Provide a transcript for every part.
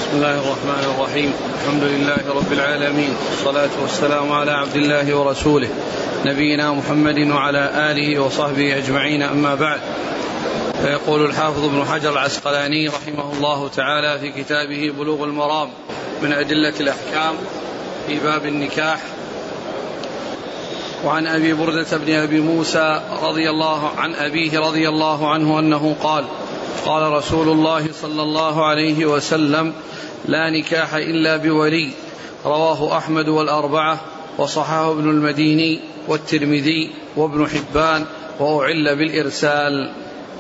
بسم الله الرحمن الرحيم. الحمد لله رب العالمين، والصلاة والسلام على عبد الله ورسوله نبينا محمد وعلى آله وصحبه أجمعين، أما بعد. فيقول الحافظ ابن حجر العسقلاني رحمه الله تعالى في كتابه بلوغ المرام من أدلة الأحكام في باب النكاح: وعن أبي بردة بن أبي موسى عن أبيه رضي الله عنه أنه قال: قال رسول الله صلى الله عليه وسلم: لا نكاح إلا بولي. رواه أحمد والأربعة، وصححه ابن المديني والترمذي وابن حبان، وأعل بالإرسال.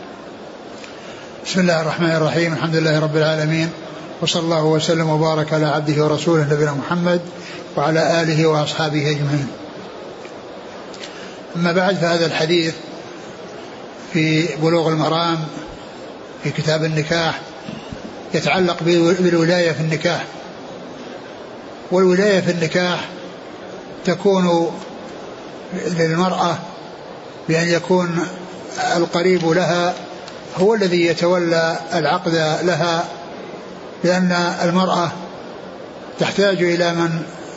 بسم الله الرحمن الرحيم. الحمد لله رب العالمين، وصلى الله وسلم وبارك على عبده ورسوله نبينا محمد وعلى آله وأصحابه أجمعين. أما بعد، فهذا الحديث في بلوغ المرام في كتاب النكاح يتعلق بالولاية في النكاح. والولاية في النكاح تكون للمرأة بأن يكون القريب لها هو الذي يتولى العقد لها، لأن المرأة تحتاج إلى من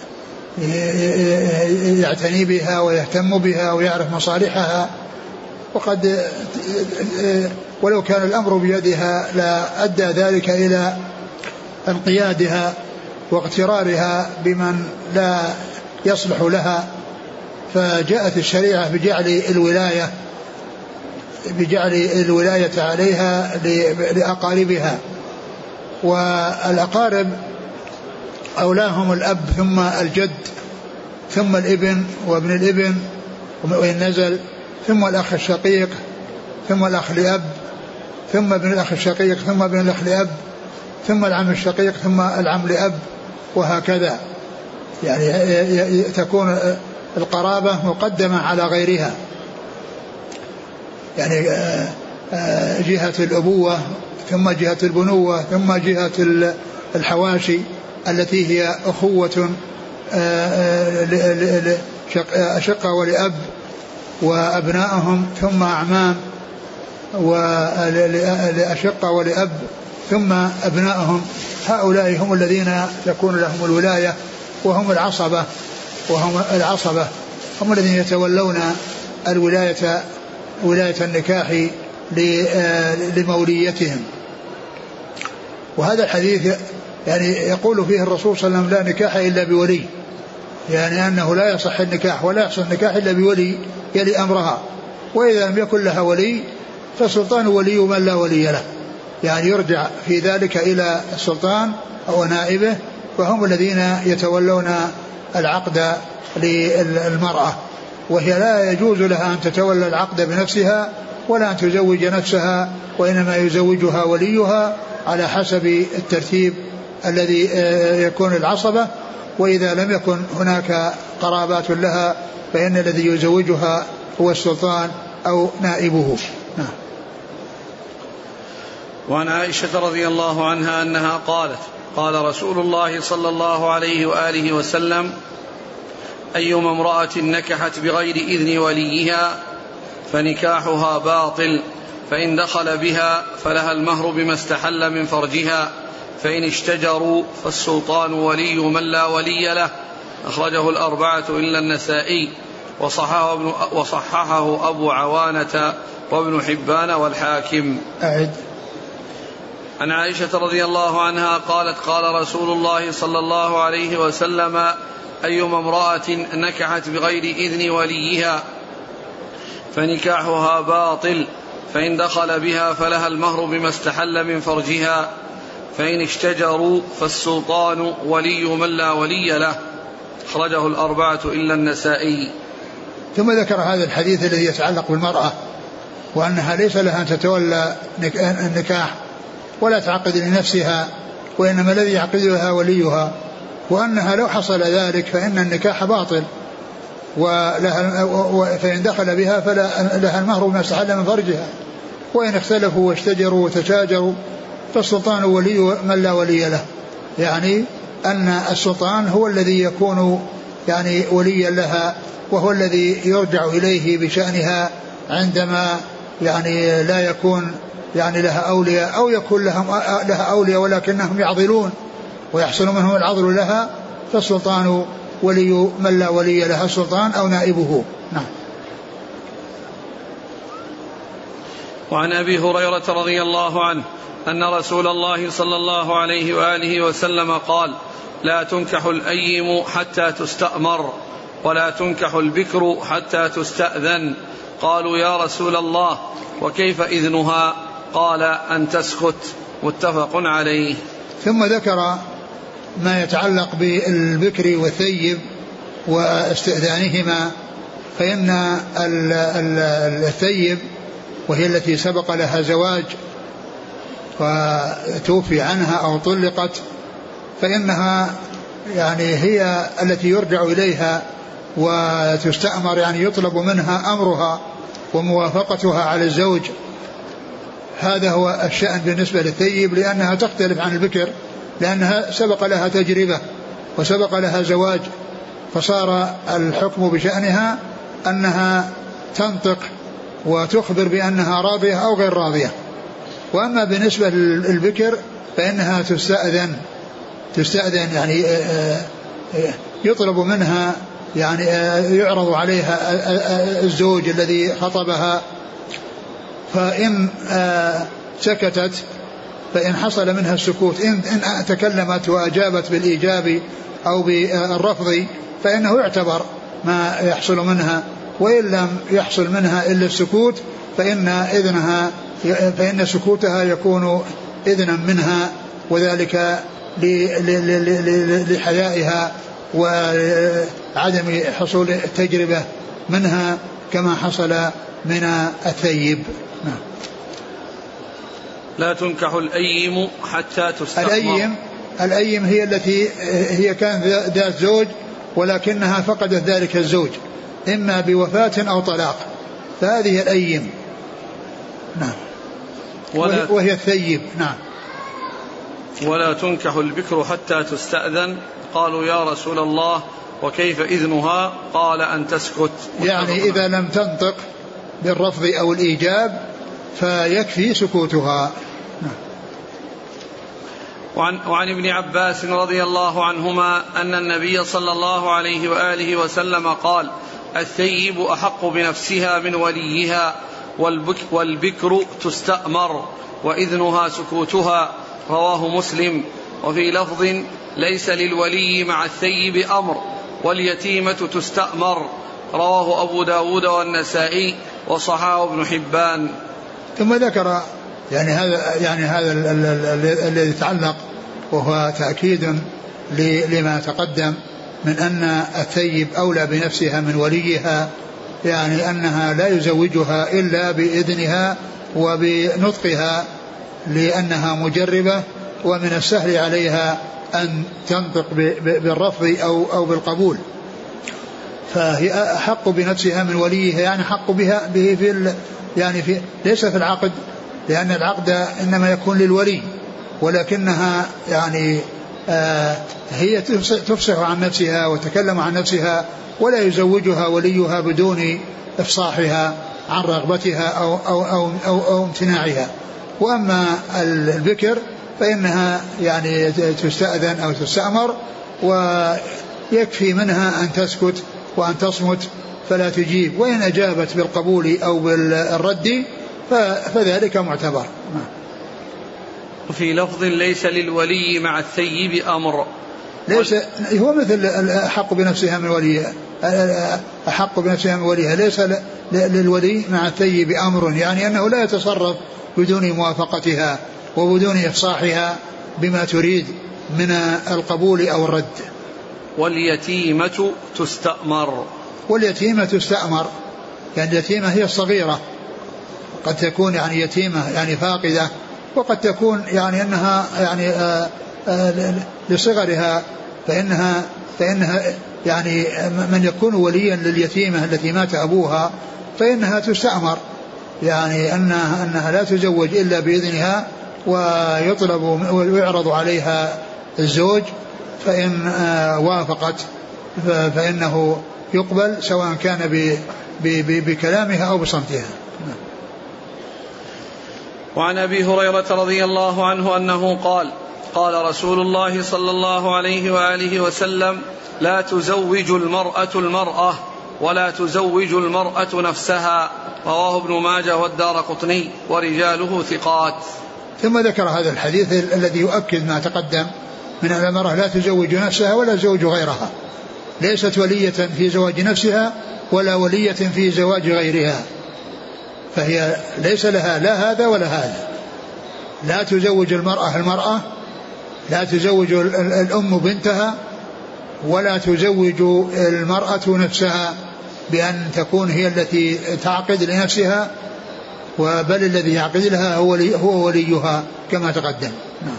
يعتني بها ويهتم بها ويعرف مصالحها، وقد ولو كان الأمر بيدها لا أدى ذلك إلى انقيادها واغترارها بمن لا يصلح لها. فجاءت الشريعة بجعل الولاية عليها لأقاربها، والأقارب أولاهم الأب ثم الجد ثم الابن وابن الابن وإن نزل، ثم الأخ الشقيق ثم الأخ لأب، ثم ابن الأخ الشقيق ثم ابن الأخ لأب، ثم العم الشقيق ثم العم لأب، وهكذا. يعني تكون القرابة مقدمة على غيرها، يعني جهة الأبوة ثم جهة البنوة ثم جهة الحواشي التي هي أخوة أشقة ولأب وأبنائهم، ثم أعمام ولأشقة ولأب ثم أبنائهم. هؤلاء هم الذين تكون لهم الولاية، وهم العصبة، هم الذين يتولون ولاية النكاح لموليتهم. وهذا الحديث يعني يقول فيه الرسول صلى الله عليه وسلم: لا نكاح إلا بولي، يعني أنه لا يصح النكاح ولا يحصل النكاح إلا بولي يلي أمرها، وإذا لم يكن لها ولي فالسلطان ولي من لا ولي له، يعني يرجع في ذلك إلى السلطان أو نائبه، وهم الذين يتولون العقد للمرأة، وهي لا يجوز لها أن تتولى العقد بنفسها ولا أن تزوج نفسها، وإنما يزوجها وليها على حسب الترتيب الذي يكون العصبة. وإذا لم يكن هناك قرابات لها فإن الذي يزوجها هو السلطان أو نائبه. وعن عائشة رضي الله عنها أنها قالت: قال رسول الله صلى الله عليه وآله وسلم: أيما امرأة نكحت بغير إذن وليها فنكاحها باطل، فإن دخل بها فلها المهر بما استحل من فرجها، فإن اشتجروا فالسلطان ولي من لا ولي له. أخرجه الأربعة إلا النسائي، وصححه أبو عوانة وابن حبان والحاكم. عن عائشة رضي الله عنها قالت: قال رسول الله صلى الله عليه وسلم: أيما امرأة نكحت بغير إذن وليها فنكاحها باطل، فإن دخل بها فلها المهر بما استحل من فرجها، فإن اشتجروا فالسلطان ولي من لا ولي له. أخرجه الأربعة إلا النسائي. ثم ذكر هذا الحديث الذي يتعلق بالمرأة، وأنها ليس لها أن تتولى النكاح ولا تعقد لنفسها، وإنما الذي يعقد لها وليها، وأنها لو حصل ذلك فإن النكاح باطل، فإن دخل بها فلها المهر بما استحل من فرجها، وإن اختلفوا واشتجروا وتشاجروا فالسلطان ولي من لا ولي له، يعني أن السلطان هو الذي يكون يعني وليا لها، وهو الذي يرجع إليه بشأنها عندما يعني لا يكون يعني لها أولياء، أو يكون لها أولياء ولكنهم يعضلون ويحصل منه العضل لها فالسلطان ولي من لا ولي لها السلطان أو نائبه. نعم. وعن أبي هريرة رضي الله عنه أن رسول الله صلى الله عليه وآله وسلم قال: لا تنكح الأيم حتى تستأمر ولا تنكح البكر حتى تستأذن. قالوا: يا رسول الله وكيف إذنها؟ قال: أن تسكت. متفق عليه. ثم ذكر ما يتعلق بالبكر والثيب واستئذانهما. فإن الثيب وهي التي سبق لها زواج وتوفي عنها أو طلقت فإنها يعني هي التي يرجع إليها وتستأمر، يعني يطلب منها أمرها وموافقتها على الزوج. هذا هو الشأن بالنسبة للثيب، لأنها تختلف عن البكر، لأنها سبق لها تجربة وسبق لها زواج، فصار الحكم بشأنها أنها تنطق وتخبر بأنها راضية أو غير راضية. وأما بالنسبة للبكر فإنها تستأذن يعني يطلب منها، يعني يعرض عليها الزوج الذي خطبها، فإن سكتت فإن حصل منها السكوت، إن تكلمت وأجابت بالإيجاب أو بالرفض فإنه يعتبر ما يحصل منها، وإن لم يحصل منها إلا السكوت فإن سكوتها يكون إذنا منها، وذلك لحيائها وعدم حصول التجربة منها كما حصل من الثيب. لا تنكح الأيم حتى تستأمر. الأيم هي التي هي كانت ذات زوج ولكنها فقدت ذلك الزوج إما بوفاة أو طلاق، فهذه الأيم. نعم. وهي الثيب. نعم. ولا تنكح البكر حتى تستأذن. قالوا: يا رسول الله وكيف إذنها؟ قال: أن تسكت. يعني إذا لم تنطق بالرفض أو الإيجاب فيكفي سكوتها. وعن ابن عباس رضي الله عنهما أن النبي صلى الله عليه وآله وسلم قال: الثيب أحق بنفسها من وليها والبكر تستأمر وإذنها سكوتها. رواه مسلم. وفي لفظ: ليس للولي مع الثيب أمر واليتيمة تستأمر. رواه أبو داود والنسائي وصححه ابن حبان. ثم ذكر يعني هذا الذي يتعلق، وهو تأكيد لما تقدم من أن الثيب أولى بنفسها من وليها، يعني أنها لا يزوجها إلا بإذنها وبنطقها لأنها مجربة، ومن السهل عليها أن تنطق بالرفض أو بالقبول، فهي أحق بنفسها من وليها، يعني حق به في ليس في العقد، لأن العقد إنما يكون للولي، ولكنها يعني هي تفصح عن نفسها وتكلم عن نفسها، ولا يزوجها وليها بدون إفصاحها عن رغبتها أو امتناعها. وأما البكر فإنها يعني تستأذن أو تستأمر، ويكفي منها أن تسكت وأن تصمت فلا تجيب، وإن أجابت بالقبول أو بالرد فذلك معتبر. وفي لفظ: ليس للولي مع الثيب أمر. ليس هو مثل أحق بنفسها من وليها، أحق بنفسها من وليها، ليس للولي مع الثيب أمر، يعني أنه لا يتصرف بدون موافقتها وبدون إفصاحها بما تريد من القبول أو الرد. واليتيمة تستأمر. واليتيمة تستأمر، يعني اليتيمة هي الصغيرة، قد تكون يعني يتيمة يعني فاقدة، وقد تكون يعني أنها يعني لصغرها، فإنها يعني من يكون وليا لليتيمة التي مات أبوها فإنها تستأمر، يعني أنها لا تزوج إلا بإذنها، ويطلب ويعرض عليها الزوج، فإن وافقت فإنه يقبل سواء كان بكلامها أو بصمتها. وعن أبي هريرة رضي الله عنه أنه قال: قال رسول الله صلى الله عليه وآله وسلم: لا تزوج المرأة المرأة ولا تزوج المرأة نفسها. رواه ابن ماجه والدارقطني ورجاله ثقات. ثم ذكر هذا الحديث الذي يؤكد ما تقدم من أن المرأة لا تزوج نفسها ولا تزوج غيرها، ليست ولية في زواج نفسها ولا ولية في زواج غيرها، فهي ليس لها لا هذا ولا هذا. لا تزوج المرأة، لا تزوج الأم بنتها، ولا تزوج المرأة نفسها بأن تكون هي التي تعقد لنفسها، بل الذي يعقد لها هو وليها كما تقدم.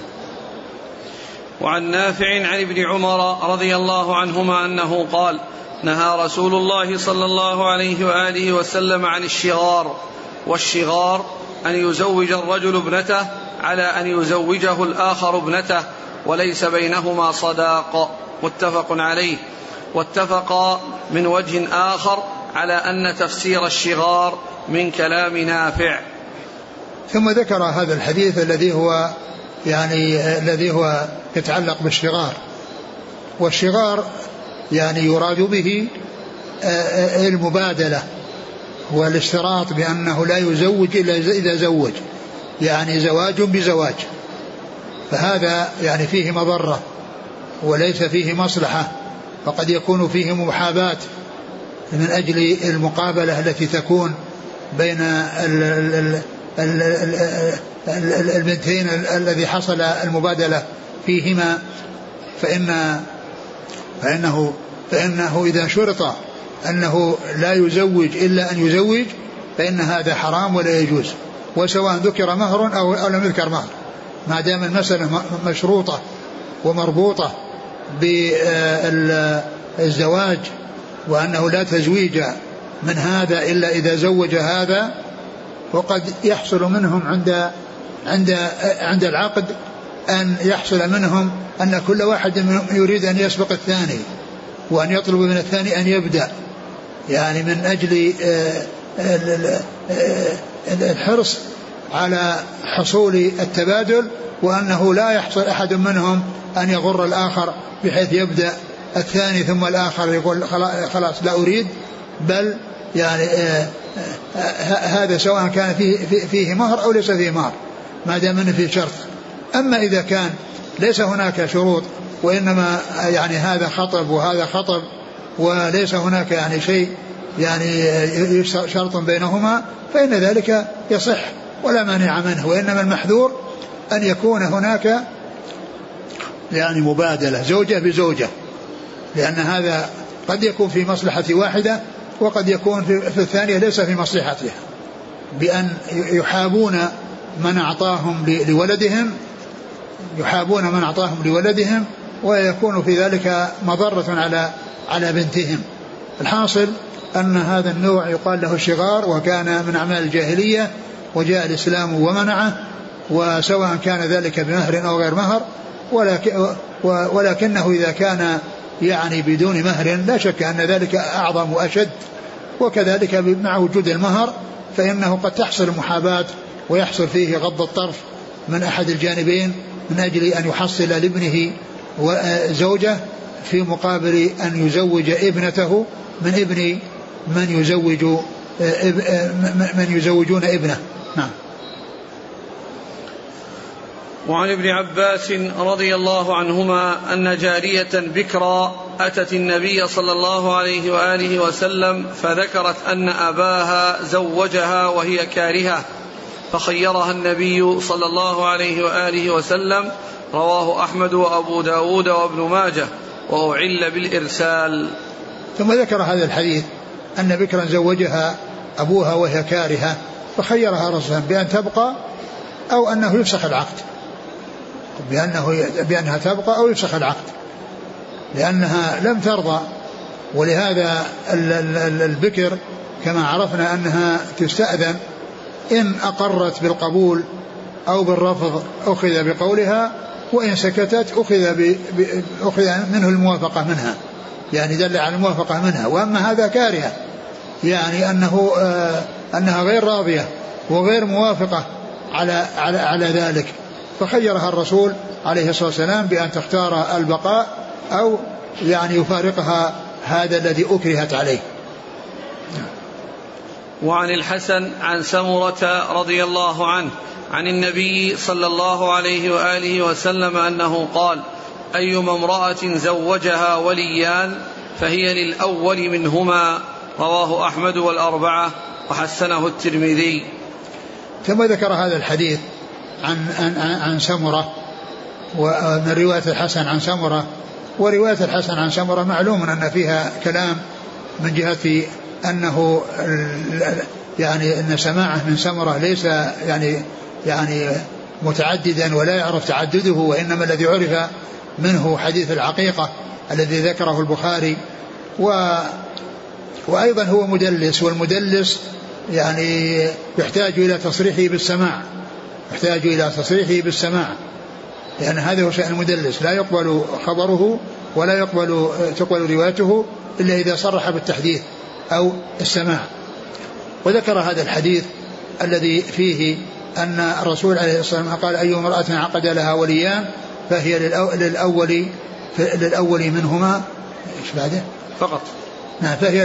وعن نافع عن ابن عمر رضي الله عنهما أنه قال: نهى رسول الله صلى الله عليه وآله وسلم عن الشغار، والشغار أن يزوج الرجل ابنته على أن يزوجه الآخر ابنته وليس بينهما صداق. متفق عليه. واتفقا من وجه آخر على أن تفسير الشغار من كلام نافع. ثم ذكر هذا الحديث الذي هو يتعلق بالشغار. والشغار يراد به المبادلة والاشتراط بأنه لا يزوج إلا إذا زوج، زواج بزواج، فهذا فيه مضرة وليس فيه مصلحة، فقد يكون فيه محاباة من أجل المقابلة التي تكون بين البنتين الذي حصل المبادلة فيهما، فإنه إذا شرط أنه لا يزوج إلا أن يزوج فإن هذا حرام ولا يجوز، وسواء ذكر مهر أو لم يذكر مهر، ما دام المسألة مشروطة ومربوطة بالزواج، وأنه لا تزويج من هذا إلا إذا زوج هذا. وقد يحصل منهم عند العقد أن يحصل منهم أن كل واحد منهم يريد أن يسبق الثاني وأن يطلب من الثاني أن يبدأ، من أجل الحرص على حصول التبادل، وأنه لا يحصل أحد منهم أن يغر الآخر بحيث يبدأ الثاني ثم الآخر يقول خلاص لا أريد، بل هذا سواء كان فيه مهر أو ليس فيه مهر ما دام أنه فيه شرط. أما إذا كان ليس هناك شروط وإنما هذا خطب وهذا خطب وليس هناك شيء شرط بينهما، فإن ذلك يصح ولا مانع منه، وإنما المحذور أن يكون هناك مبادلة زوجة بزوجة، لأن هذا قد يكون في مصلحة واحدة وقد يكون في الثانية ليس في مصلحتها، بأن يحابون من أعطاهم لولدهم ويكون في ذلك مضرة على بنتهم. الحاصل أن هذا النوع يقال له الشغار، وكان من أعمال الجاهلية وجاء الإسلام ومنعه، وسواء كان ذلك بمهر أو غير مهر، ولكنه إذا كان بدون مهر لا شك أن ذلك أعظم وأشد، وكذلك مع وجود المهر فإنه قد تحصل المحاباة ويحصل فيه غض الطرف من أحد الجانبين من أجل أن يحصل لابنه زوجة في مقابل أن يزوج ابنته من ابن من يزوجون ابنه. نعم. وعن ابن عباس رضي الله عنهما أن جارية بكرا أتت النبي صلى الله عليه وآله وسلم فذكرت أن أباها زوجها وهي كارهة، فخيرها النبي صلى الله عليه وآله وسلم. رواه أحمد وأبو داود وابن ماجه، وأعل بالإرسال. ثم ذكر هذا الحديث أن بكرا زوجها أبوها وهي كارهة، فخيرها رسولا بأن تبقى أو أنه يفسخ العقد، بأنها تبقى أو يفسخ العقد، لأنها لم ترضى. ولهذا البكر كما عرفنا أنها تستأذن، إن أقرت بالقبول أو بالرفض أخذ بقولها، وإن سكتت أخذ منه الموافقة منها، دل على الموافقة منها. وأما هذا كارهة، أنها غير راضية وغير موافقة على ذلك، فخيرها الرسول عليه الصلاة والسلام بأن تختار البقاء أو يعني يفارقها هذا الذي أكرهت عليه. وعن الحسن عن سمرة رضي الله عنه عن النبي صلى الله عليه وآله وسلم أنه قال: أيما امرأة زوجها وليان فهي للأول منهما. رواه أحمد والأربعة وحسنه الترمذي. ثم ذكر هذا الحديث عن سمرة ومن رواية الحسن عن سمرة. ورواية الحسن عن سمرة معلوم أن فيها كلام من جهة أنه يعني أن سماعه من سمرة ليس يعني متعددا ولا يعرف تعدده، وإنما الذي عرف منه حديث العقيقة الذي ذكره البخاري. وأيضا هو مدلس، والمدلس يعني يحتاج إلى تصريحه بالسماع، لأن هذا هو شأن المدلس، لا يقبل خبره ولا تقبل روايته إلا إذا صرح بالتحديث أو السماع. وذكر هذا الحديث الذي فيه أن الرسول عليه الصلاة والسلام قال: أي امرأة عقد لها وليان فهي للأول منهما. إيش بعده؟ فقط. نعم، فهي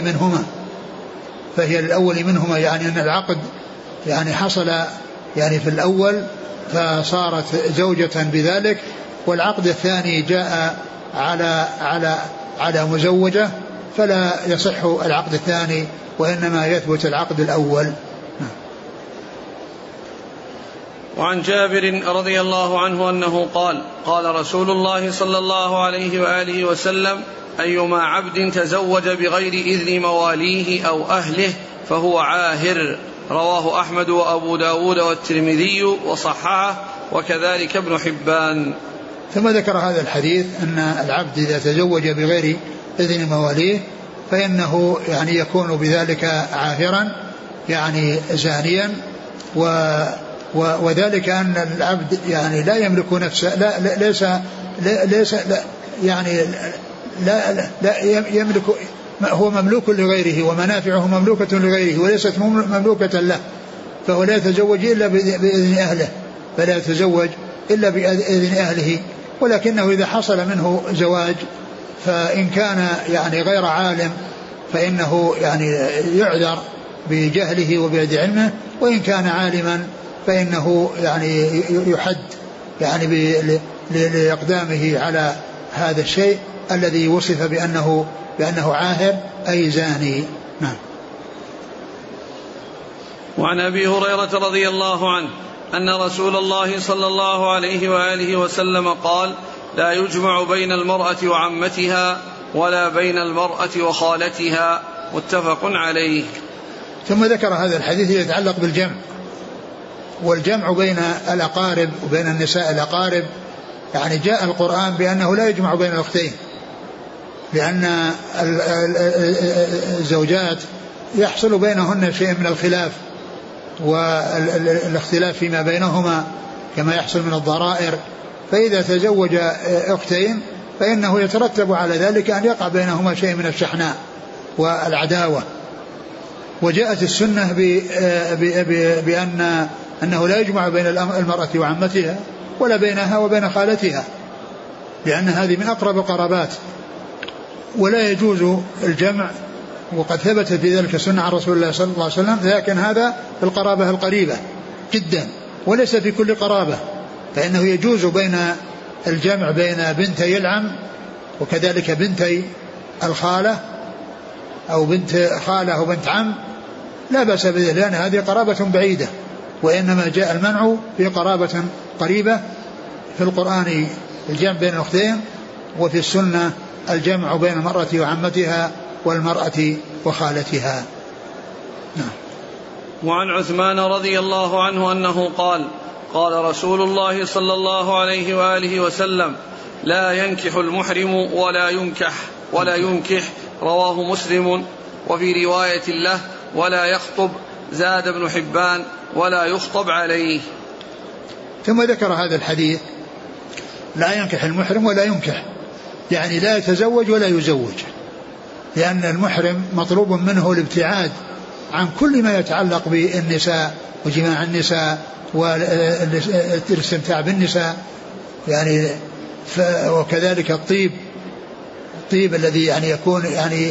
للأول منهما، يعني أن العقد يعني حصل يعني في الأول فصارت زوجة بذلك، والعقد الثاني جاء على مزوجة، فلا يصح العقد الثاني وإنما يثبت العقد الأول. وعن جابر رضي الله عنه أنه قال: قال رسول الله صلى الله عليه وآله وسلم: أيما عبد تزوج بغير إذن مواليه أو أهله فهو عاهر. رواه أحمد وأبو داود والترمذي وصححه وكذلك ابن حبان. ثم ذكر هذا الحديث أن العبد إذا تزوج بغير إذن مواليه فإنه يعني يكون بذلك عاهرا، يعني زانيا، وذلك أن العبد يعني لا يملك نفسه، ليس يعني لا يملك، هو مملوك لغيره ومنافعه مملوكة لغيره وليست مملوكة له، فهو لا يتزوج إلا بإذن أهله. ولكنه إذا حصل منه زواج فإن كان يعني غير عالم فإنه يعني يعذر بجهله وبعد علمه، وإن كان عالما فإنه يعني يحد يعني لإقدامه على هذا الشيء الذي وصف بأنه عاهر أي زاني. نعم. وعن أبي هريرة رضي الله عنه أن رسول الله صلى الله عليه وآله وسلم قال: لا يجمع بين المرأة وعمتها ولا بين المرأة وخالتها. متفق عليه. ثم ذكر هذا الحديث يتعلق بالجمع، والجمع بين الأقارب وبين النساء الأقارب، يعني جاء القرآن بأنه لا يجمع بين الأختين، لأن الزوجات يحصل بينهن شيء من الخلاف والاختلاف فيما بينهما كما يحصل من الضرائر، فإذا تزوج أختين فإنه يترتب على ذلك أن يقع بينهما شيء من الشحناء والعداوة. وجاءت السنة بأنه لا يجمع بين المرأة وعمتها ولا بينها وبين خالتها، لأن هذه من أقرب القرابات، ولا يجوز الجمع، وقد ثبتت في ذلك السنة عن رسول الله صلى الله عليه وسلم، لكن هذا في القرابة القريبة جدا وليس في كل قرابة، فإنه يجوز بين الجمع بين بنتي العم وكذلك بنتي الخالة أو بنت خالة أو بنت عم، لا بأس بذلك، لأن هذه قرابة بعيدة، وإنما جاء المنع في قرابة قريبة. في القرآن الجمع بين الأختين، وفي السنة الجمع بين المرأة وعمتها والمرأة وخالتها. نعم. وعن عثمان رضي الله عنه أنه قال: قال رسول الله صلى الله عليه وآله وسلم: لا ينكح المحرم ولا ينكح. رواه مسلم. وفي رواية له: ولا يخطب. زاد ابن حبان: ولا يخطب عليه. ثم ذكر هذا الحديث: لا ينكح المحرم ولا ينكح، يعني لا يتزوج ولا يزوج، لأن المحرم مطلوب منه الابتعاد عن كل ما يتعلق بالنساء وجماع النساء والاستمتاع بالنساء يعني وكذلك الطيب الذي يعني يكون يعني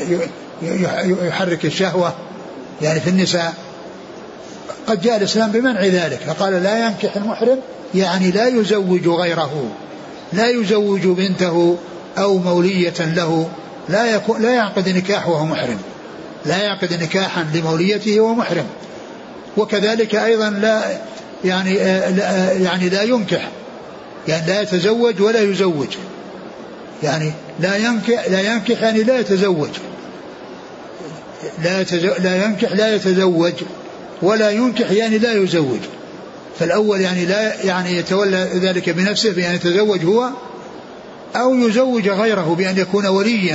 يحرك الشهوة يعني في النساء. قد جاء الإسلام بمنع ذلك، فقال لا ينكح المحرم يعني لا يزوج غيره، لا يزوج بنته أو مولية له، لا يعقد نكاح وهو محرم، لا يعقد نكاحا لموليته وهو محرم. وكذلك أيضا لا يعني لا ينكح يعني لا يتزوج ولا يزوج، يعني لا ينكح يعني لا يتزوج، لا ينكح لا يتزوج، ولا ينكح يعني لا يزوج. فالأول يعني لا يعني يتولى ذلك بنفسه بأن يتزوج هو أو يزوج غيره بأن يكون وليا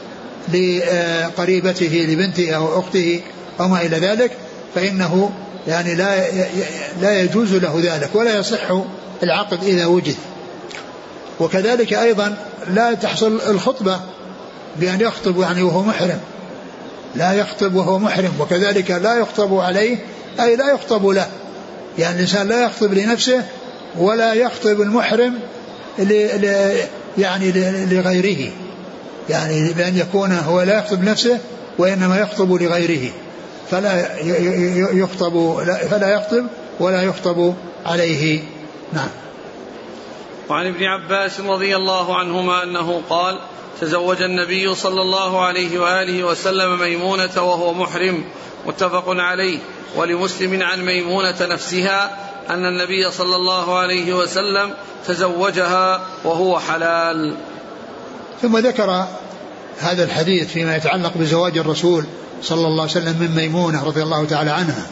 لقريبته لبنته أو أخته أو ما إلى ذلك، فإنه يعني لا يجوز له ذلك ولا يصح العقد إذا وجد. وكذلك أيضا لا تحصل الخطبة بأن يخطب يعني وهو محرم، لا يخطب وهو محرم، وكذلك لا يخطب عليه أي لا يخطب له، يعني الإنسان لا يخطب لنفسه ولا يخطب المحرم يعني لغيره، يعني بأن يكون هو لا يخطب نفسه وإنما يخطب لغيره، فلا يخطب ولا يخطب عليه. نعم. وعن ابن عباس رضي الله عنهما أنه قال تزوج النبي صلى الله عليه وآله وسلم ميمونة وهو محرم، متفق عليه. ولمسلم عن ميمونة نفسها أن النبي صلى الله عليه وسلم تزوجها وهو حلال. ثم ذكر هذا الحديث فيما يتعلق بزواج الرسول صلى الله عليه وسلم من ميمونة رضي الله تعالى عنها.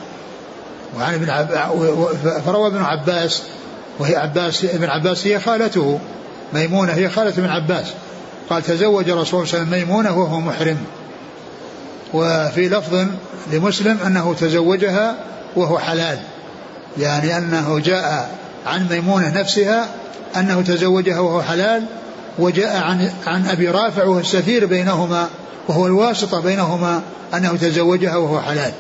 فروى ابن عباس وهي ابن عباس هي خالته، ميمونة هي خالة ابن عباس، قال تزوج الرسول صلى الله عليه وسلم ميمونة وهو محرم. وفي لفظ لمسلم أنه تزوجها وهو حلال، يعني أنه جاء عن ميمونة نفسها أنه تزوجها وهو حلال، وجاء عن أبي رافع وهو السفير بينهما وهو الواسطة بينهما أنه تزوجها وهو حلال.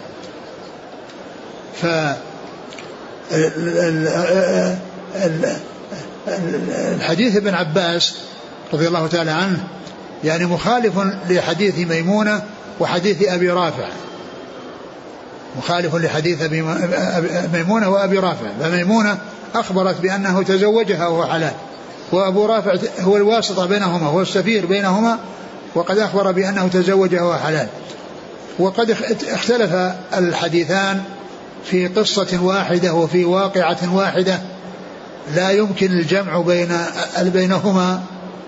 الحديث ابن عباس رضي الله تعالى عنه يعني مخالف لحديث ميمونة وحديث أبي رافع، مخالف لحديث ميمونة وأبي رافع. فميمونة أخبرت بأنه تزوجها وهو حلال، وأبو رافع هو الواسطة بينهما هو السفير بينهما وقد أخبر بأنه تزوجها وهو حلال. وقد اختلف الحديثان في قصة واحدة وفي واقعة واحدة، لا يمكن الجمع بينهما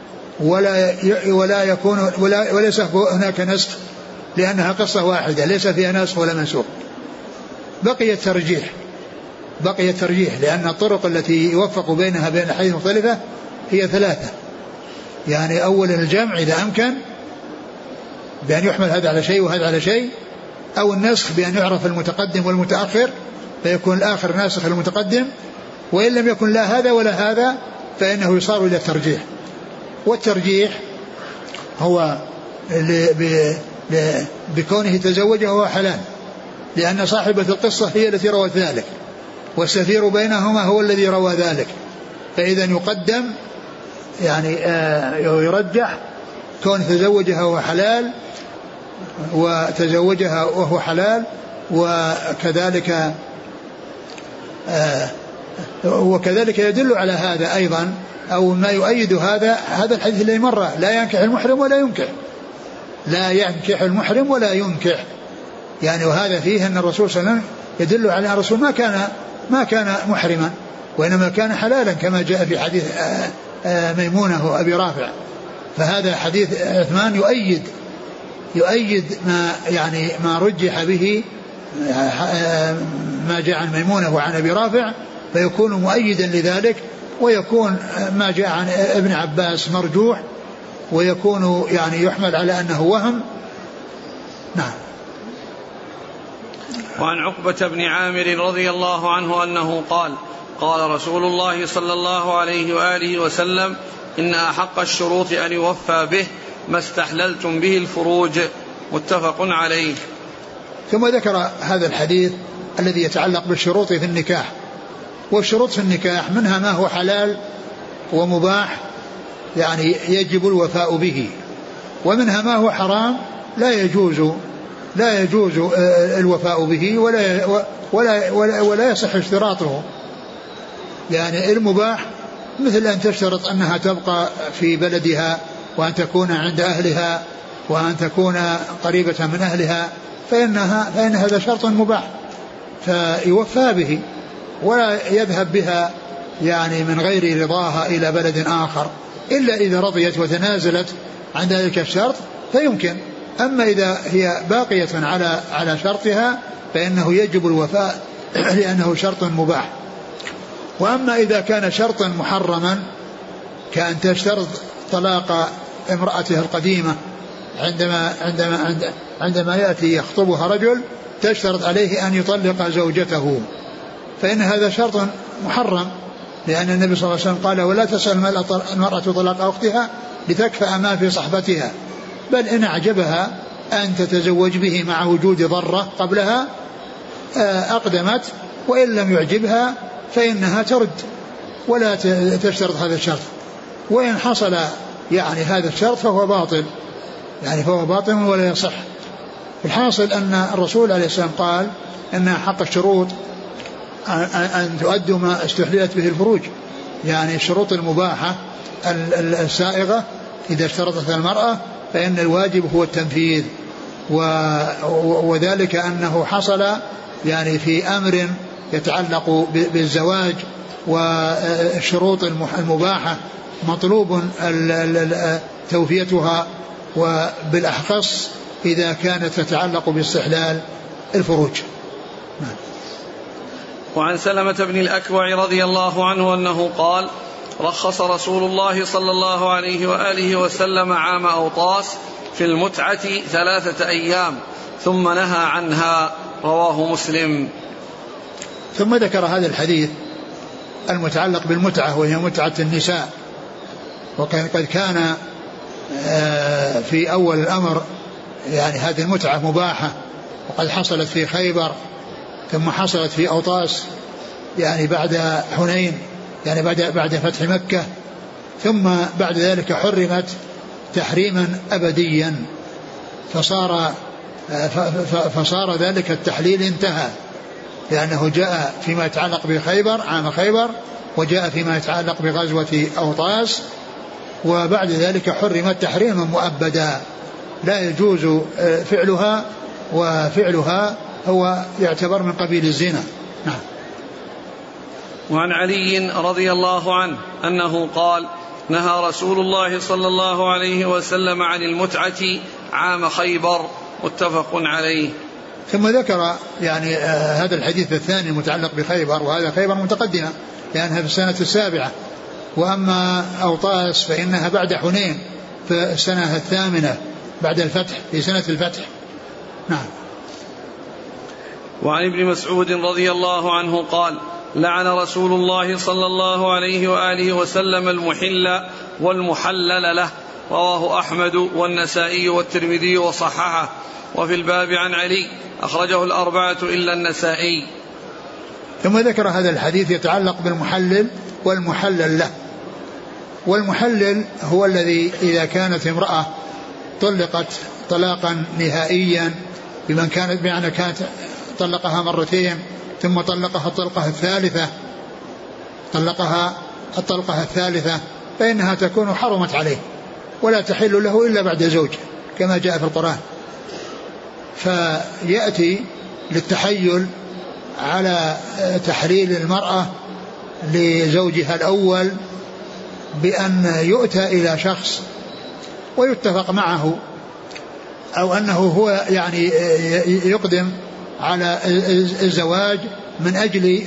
ولا يكون وليس هناك نسخ، لأنها قصة واحدة ليس فيها نسخ ولا منسوخ. بقي الترجيح لأن الطرق التي يوفق بينها بين الحديث المختلفة هي ثلاثة، يعني أولا الجمع إذا أمكن بأن يحمل هذا على شيء وهذا على شيء، أو النسخ بأن يعرف المتقدم والمتأخر فيكون الآخر ناسخ المتقدم، وإن لم يكن لا هذا ولا هذا فإنه يصار إلى الترجيح. والترجيح هو بكونه تزوجه وهو حلال، لأن صاحبة القصة هي التي روت ذلك، والسفير بينهما هو الذي روى ذلك، فإذا يقدم يعني يرجح كون تزوجها وهو حلال وتزوجها وهو حلال. وكذلك يدل على هذا أيضا أو ما يؤيد هذا الحديث الذي مر لا ينكح المحرم ولا ينكح، لا ينكح المحرم ولا ينكح، يعني وهذا فيه أن الرسول صلى الله عليه وسلم يدل على أن الرسول ما كان محرما وإنما كان حلالا كما جاء في حديث ميمونة وأبي رافع. فهذا حديث عثمان يؤيد ما رجح به ما جاء عن ميمونة وعن أبي رافع، فيكون مؤيدا لذلك، ويكون ما جاء عن ابن عباس مرجوح، ويكون يعني يحمل على أنه وهم. نعم. وعن عقبة بن عامر رضي الله عنه أنه قال رسول الله صلى الله عليه وآله وسلم إن أحق الشروط أن يوفى به ما استحللتم به الفروج، متفق عليه. ثم ذكر هذا الحديث الذي يتعلق بالشروط في النكاح، والشروط في النكاح منها ما هو حلال ومباح يعني يجب الوفاء به، ومنها ما هو حرام لا يجوز الوفاء به ولا يصح اشتراطه. يعني المباح مثل أن تشترط أنها تبقى في بلدها وأن تكون عند أهلها وأن تكون قريبة من أهلها، فإن هذا شرط مباح فيوفى به، ولا يذهب بها يعني من غير رضاها إلى بلد آخر إلا إذا رضيت وتنازلت عن ذلك الشرط فيمكن. أما إذا هي باقية على شرطها فإنه يجب الوفاء لأنه شرط مباح. وأما إذا كان شرطا محرما كأن تشترط طلاق امرأته القديمة عندما يأتي يخطبها رجل تشترط عليه أن يطلق زوجته، فإن هذا شرط محرم، لأن النبي صلى الله عليه وسلم قال ولا تسأل المرأة طلاق أختها لتكفأ ما في صحبتها، بل إن أعجبها أن تتزوج به مع وجود ضرة قبلها أقدمت، وإن لم يعجبها فإنها ترد ولا تشترط هذا الشرط. وإن حصل يعني هذا الشرط فهو باطل، يعني فهو باطل ولا يصح. الحاصل أن الرسول عليه السلام قال إن حق الشروط أن تؤدوا ما استحللت به الفروج، يعني الشروط المباحة السائغة إذا اشترطت المرأة فإن الواجب هو التنفيذ، وذلك أنه حصل يعني في أمر يتعلق بالزواج، والشروط المباحة مطلوب توفيتها، وبالأحخص إذا كانت تتعلق باستحلال الفروج. وعن سلمة بن الأكوع رضي الله عنه أنه قال رخص رسول الله صلى الله عليه وآله وسلم عام أوطاس في المتعة 3 أيام ثم نهى عنها، رواه مسلم. ثم ذكر هذا الحديث المتعلق بالمتعة وهي متعة النساء، وقد كان في أول الأمر يعني هذه المتعة مباحة، وقد حصلت في خيبر ثم حصلت في أوطاس يعني بعد حنين، يعني بعد فتح مكة، ثم بعد ذلك حرمت تحريما أبديا، فصار ذلك التحليل انتهى، لأنه جاء فيما يتعلق بخيبر عام خيبر، وجاء فيما يتعلق بغزوة أوطاس، وبعد ذلك حرمت تحريما مؤبدا لا يجوز فعلها، وفعلها هو يعتبر من قبيل الزنا. نعم. وعن علي رضي الله عنه أنه قال نهى رسول الله صلى الله عليه وسلم عن المتعة عام خيبر، متفق عليه. ثم ذكر يعني هذا الحديث الثاني المتعلق بخيبر، وهذا خيبر متقدمة لأنها في السنة 7، وأما أوطاس فإنها بعد حنين في السنة 8 بعد الفتح، في سنة الفتح. نعم. وعن ابن مسعود رضي الله عنه قال لعن رسول الله صلى الله عليه وآله وسلم المحل والمحلل له، رواه أحمد والنسائي والترمذي وصححه. وفي الباب عن علي أخرجه الأربعة إلا النسائي. ثم ذكر هذا الحديث يتعلق بالمحلل والمحلل له. والمحلل هو الذي إذا كانت امرأة طلقت طلاقا نهائيا بمن كانت بمعنى كانت طلقها مرتين ثم طلقها الطلقة الثالثة فإنها تكون حرمت عليه ولا تحل له إلا بعد زوج كما جاء في القرآن. فيأتي للتحيل على تحليل المرأة لزوجها الأول بأن يؤتى إلى شخص ويتفق معه، أو أنه هو يعني يقدم على الزواج من أجل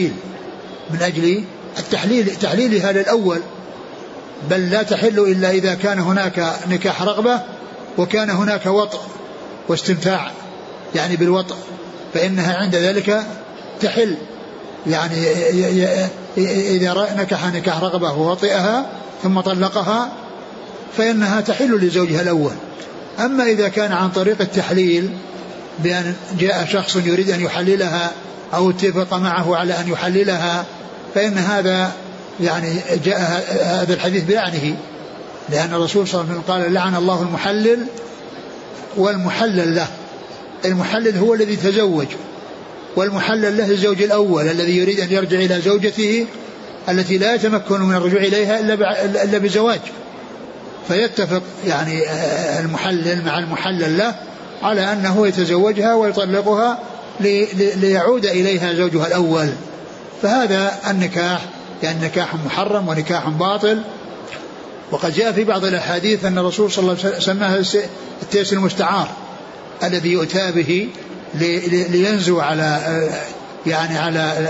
تحليلها للأول، بل لا تحل إلا إذا كان هناك نكاح رغبة وكان هناك وطء واستمتاع يعني بالوطء، فإنها عند ذلك تحل. يعني إذا نكاح رغبة ووطئها ثم طلقها فإنها تحل لزوجها الأول. أما إذا كان عن طريق التحليل بأن جاء شخص يريد أن يحللها أو اتفق معه على أن يحللها فإن هذا يعني جاء هذا الحديث بلعنه، لأن الرسول صلى الله عليه وسلم قال لعن الله المحلل والمحلل له. المحلل هو الذي تزوج، والمحلل له الزوج الأول الذي يريد أن يرجع إلى زوجته التي لا يتمكن من الرجوع إليها إلا بزواج، فيتفق يعني المحلل مع المحلل له على أنه يتزوجها ويطلقها ليعود إليها زوجها الأول. فهذا النكاح يعني نكاح محرم ونكاح باطل. وقد جاء في بعض الأحاديث أن الرسول صلى الله عليه وسلم سماها التيس المستعار الذي يؤتى به لينزو على يعني على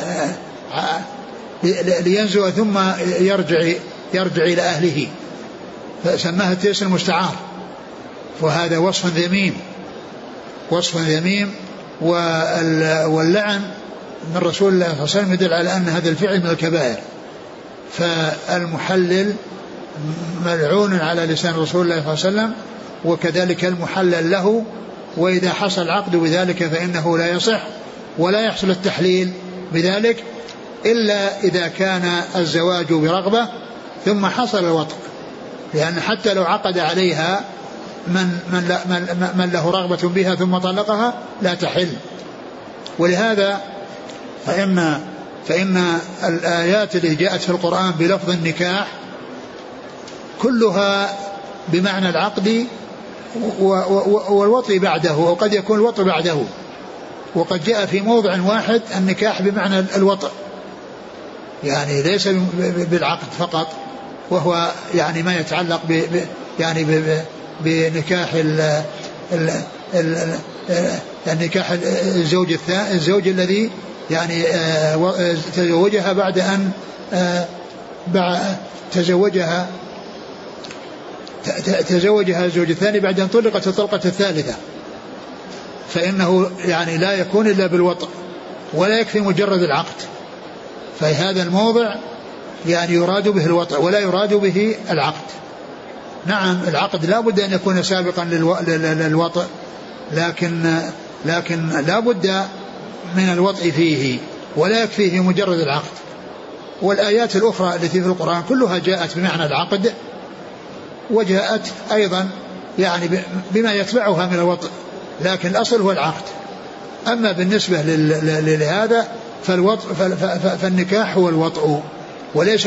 لينزو ثم يرجع إلى أهله، فسماها التيس المستعار. وهذا وصف ذميم واللعن من رسول الله صلى الله عليه وسلم يدل على أن هذا الفعل من الكبائر. فالمحلل ملعون على لسان رسول الله صلى الله عليه وسلم، وكذلك المحلل له. وإذا حصل عقد بذلك فإنه لا يصح ولا يحصل التحليل بذلك إلا إذا كان الزواج برغبة ثم حصل الوطء، لأن حتى لو عقد عليها من له رغبة بها ثم طلقها لا تحل. ولهذا فإن الآيات التي جاءت في القرآن بلفظ النكاح كلها بمعنى العقد والوطء بعده، وقد يكون الوطء بعده. وقد جاء في موضع واحد النكاح بمعنى الوطء، يعني ليس بالعقد فقط، وهو يعني ما يتعلق بنكاح النكاح الزوج الذي يعني تزوجها بعد أن تزوجها الزوج الثاني بعد أن طلقت الطلقة الثالثة، فإنه يعني لا يكون إلا بالوطء ولا يكفي مجرد العقد. فهذا الموضع يعني يراد به الوطء ولا يراد به العقد. نعم العقد لا بد أن يكون سابقا للوطء، لكن لا بد من الوطء فيه ولا يكفيه مجرد العقد. والآيات الأخرى التي في القرآن كلها جاءت بمعنى العقد، وجاءت أيضا يعني بما يتبعها من الوطء، لكن الأصل هو العقد. أما بالنسبة لهذا فالنكاح هو الوطء وليس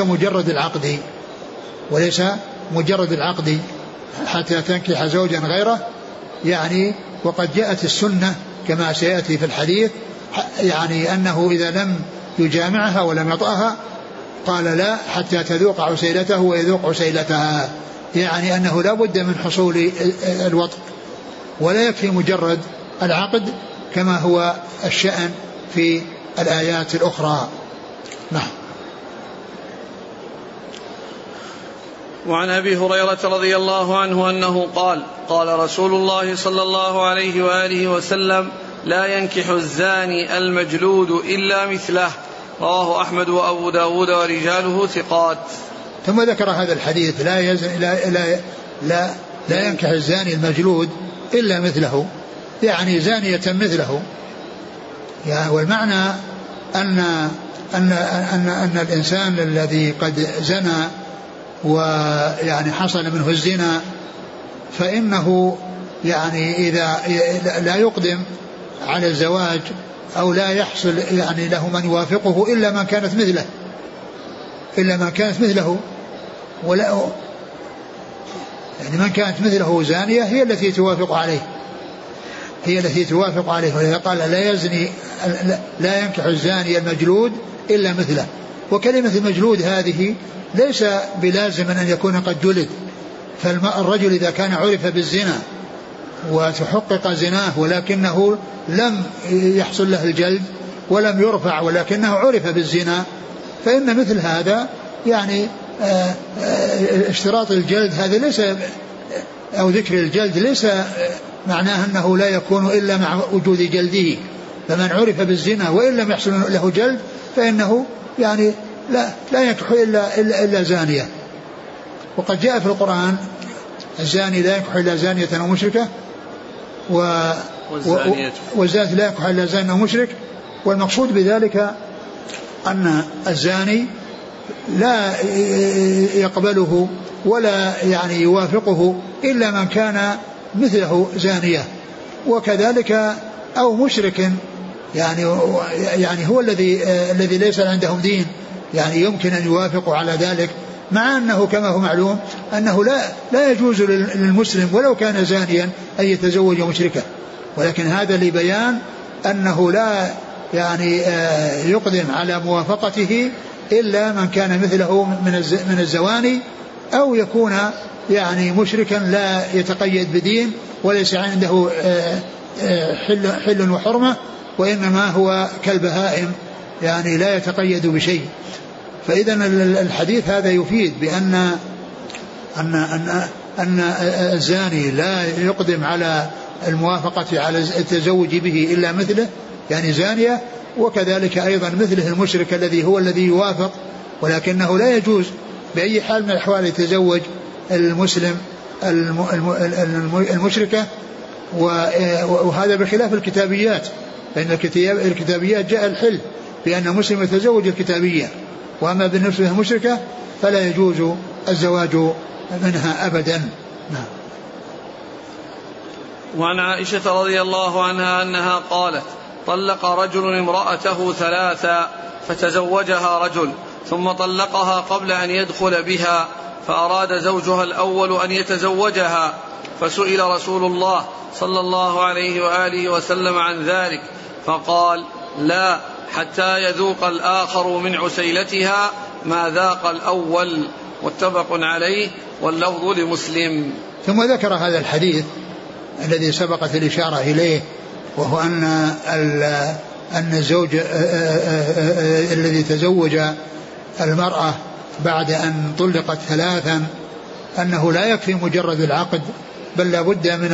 مجرد العقد حتى تنكح زوجا غيره يعني. وقد جاءت السنة كما سيأتي في الحديث يعني أنه إذا لم يجامعها ولم يطأها قال لا حتى تذوق عسيلته ويذوق عسيلتها، يعني أنه لا بد من حصول الوطء ولا يكفي مجرد العقد كما هو الشأن في الآيات الأخرى. نعم. وعن أبي هريرة رضي الله عنه أنه قال قال رسول الله صلى الله عليه وآله وسلم لا ينكح الزاني المجلود إلا مثله، رواه أحمد وأبو داود ورجاله ثقات. ثم ذكر هذا الحديث لا ينكح الزاني المجلود إلا مثله، يعني زانية مثله يعني. والمعنى أن الإنسان الذي قد زنى ويعني حصل منه الزنا فإنه يعني إذا لا يقدم على الزواج أو لا يحصل يعني له من يوافقه إلا من كانت مثله ولا يعني من كانت مثله زانية هي التي توافق عليه. ولذا قال لا ينكح الزاني المجلود إلا مثله. وكلمة المجلود هذه ليس بلازم أن يكون قد جلد، فالرجل إذا كان عرف بالزنا وتحقق زناه ولكنه لم يحصل له الجلد ولم يرفع ولكنه عرف بالزنا فإن مثل هذا يعني اشتراط الجلد هذا ليس أو ذكر الجلد ليس معناه أنه لا يكون إلا مع وجود جلده. فمن عرف بالزنا وإن لم يحصل له جلد فإنه يعني لا ينكح إلا زانية. وقد جاء في القرآن الزاني لا ينكح إلا زانية أو مشركة والزانية لا ينكح إلا زانية أو مشرك. والمقصود بذلك أن الزاني لا يقبله ولا يعني يوافقه إلا من كان مثله زانية، وكذلك أو مشرك يعني هو الذي ليس عندهم دين، يعني يمكن أن يوافقوا على ذلك، مع أنه كما هو معلوم أنه لا يجوز للمسلم ولو كان زانيا أن يتزوج مشركة، ولكن هذا لبيان أنه لا يعني يقدم على موافقته إلا من كان مثله من الزواني، أو يكون يعني مشركا لا يتقيد بدين وليس عنده حل وحرمة، وإنما هو كالبهائم يعني لا يتقيد بشيء. فإذا الحديث هذا يفيد بأن أن الزاني لا يقدم على الموافقة على التزوج به إلا مثله يعني زانية، وكذلك أيضا مثله المشرك الذي يوافق، ولكنه لا يجوز بأي حال من الأحوال يتزوج المسلم المشركة. وهذا بخلاف الكتابيات، فإن الكتابيات جاء الحل بأن مسلم يتزوج الكتابية، وأما بالنسبة للمشركة فلا يجوز الزواج منها أبدا. نعم. وعن عائشة رضي الله عنها أنها قالت: طلق رجل امرأته 3 فتزوجها رجل ثم طلقها قبل أن يدخل بها، فأراد زوجها الأول أن يتزوجها، فسئل رسول الله صلى الله عليه وآله وسلم عن ذلك فقال: لا، حتى يذوق الآخر من عسيلتها ما ذاق الأول. متفق عليه، واللفظ لمسلم. ثم ذكر هذا الحديث الذي سبقت الإشارة إليه، وهو أن الزوج الذي تزوج المرأة بعد أن طلقت 3 أنه لا يكفي مجرد العقد، بل لا بد من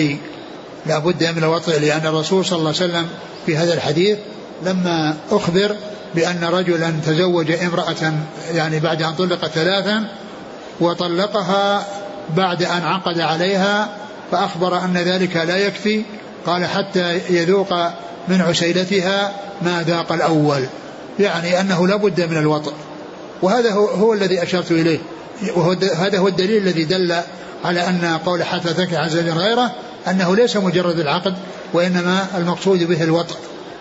الوطء، لأن الرسول صلى الله عليه وسلم في هذا الحديث لما أخبر بأن رجلا تزوج امرأة يعني بعد أن طلقت 3 وطلقها بعد أن عقد عليها، فأخبر أن ذلك لا يكفي، قال: حتى يذوق من عسيلتها ما ذاق الأول، يعني أنه لا بد من الوطء. وهذا هو الذي أشرت إليه، وهذا هو الدليل الذي دل على أن قول حتى تنكح زوجا غيره أنه ليس مجرد العقد، وإنما المقصود به الوطء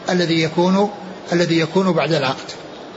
الذي يكون بعد العقد.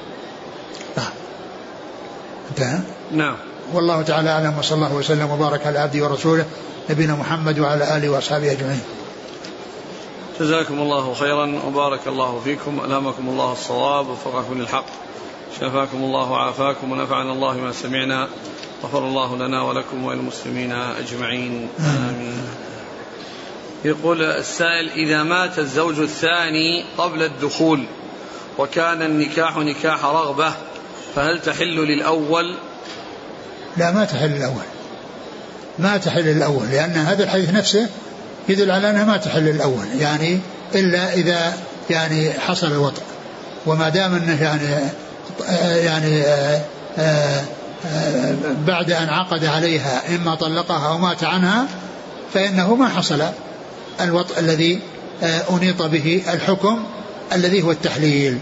انتهى. نعم. والله تعالى أعلم، وصلى الله وسلم وبارك على عبده ورسوله نبينا محمد وعلى آله وأصحابه أجمعين. جزاكم الله خيرا وبارك الله فيكم، ألهمكم الله الصواب ووفقكم للحق، شفاكم الله وعافاكم ونفعنا الله ما سمعنا، غفر الله لنا ولكم وللمسلمين أجمعين، آمين. يقول السائل: إذا مات الزوج الثاني قبل الدخول وكان النكاح نكاح رغبة فهل تحل للأول؟ لا، ما تحل الأول، لأن هذا الحديث نفسه يدل على أنها ما تحل الأول، يعني إلا إذا يعني حصل الوطء، وما دام أنه يعني بعد أن عقد عليها إما طلقها أو مات عنها، فإنه ما حصل الوطء الذي أنيط به الحكم الذي هو التحليل.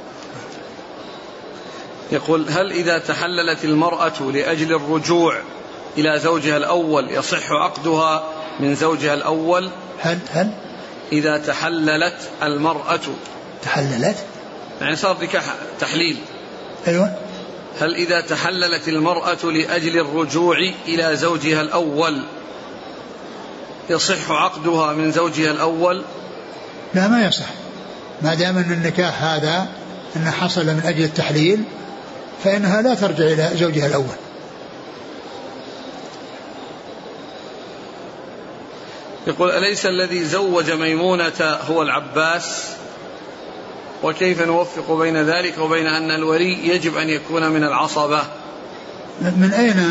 يقول: هل إذا تحللت المرأة لأجل الرجوع إلى زوجها الأول يصح عقدها من زوجها الأول؟ هل إذا تحللت المرأة يعني صار نكاح تحليل. أيوة. هل إذا تحللت المرأة لأجل الرجوع إلى زوجها الأول يصح عقدها من زوجها الأول؟ لا، ما يصح، ما دام أن النكاح هذا أنه حصل من أجل التحليل فإنها لا ترجع إلى زوجها الأول. يقول: أليس الذي زوج ميمونة هو العباس؟ وكيف نوفق بين ذلك وبين أن الولي يجب أن يكون من العصبة؟ من أين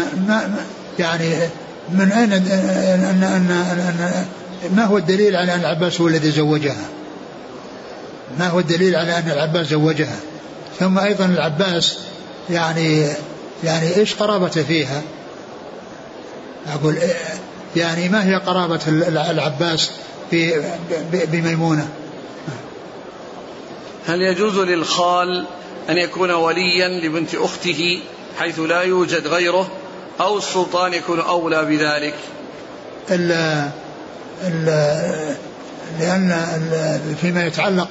ما هو الدليل على أن العباس هو الذي زوجها؟ ما هو الدليل على أن العباس زوجها؟ ثم أيضا العباس يعني إيش قرابته فيها؟ أقول يعني ما هي قرابة العباس بميمونة؟ هل يجوز للخال أن يكون وليا لبنت أخته حيث لا يوجد غيره، أو السلطان يكون أولى بذلك؟ لأن فيما يتعلق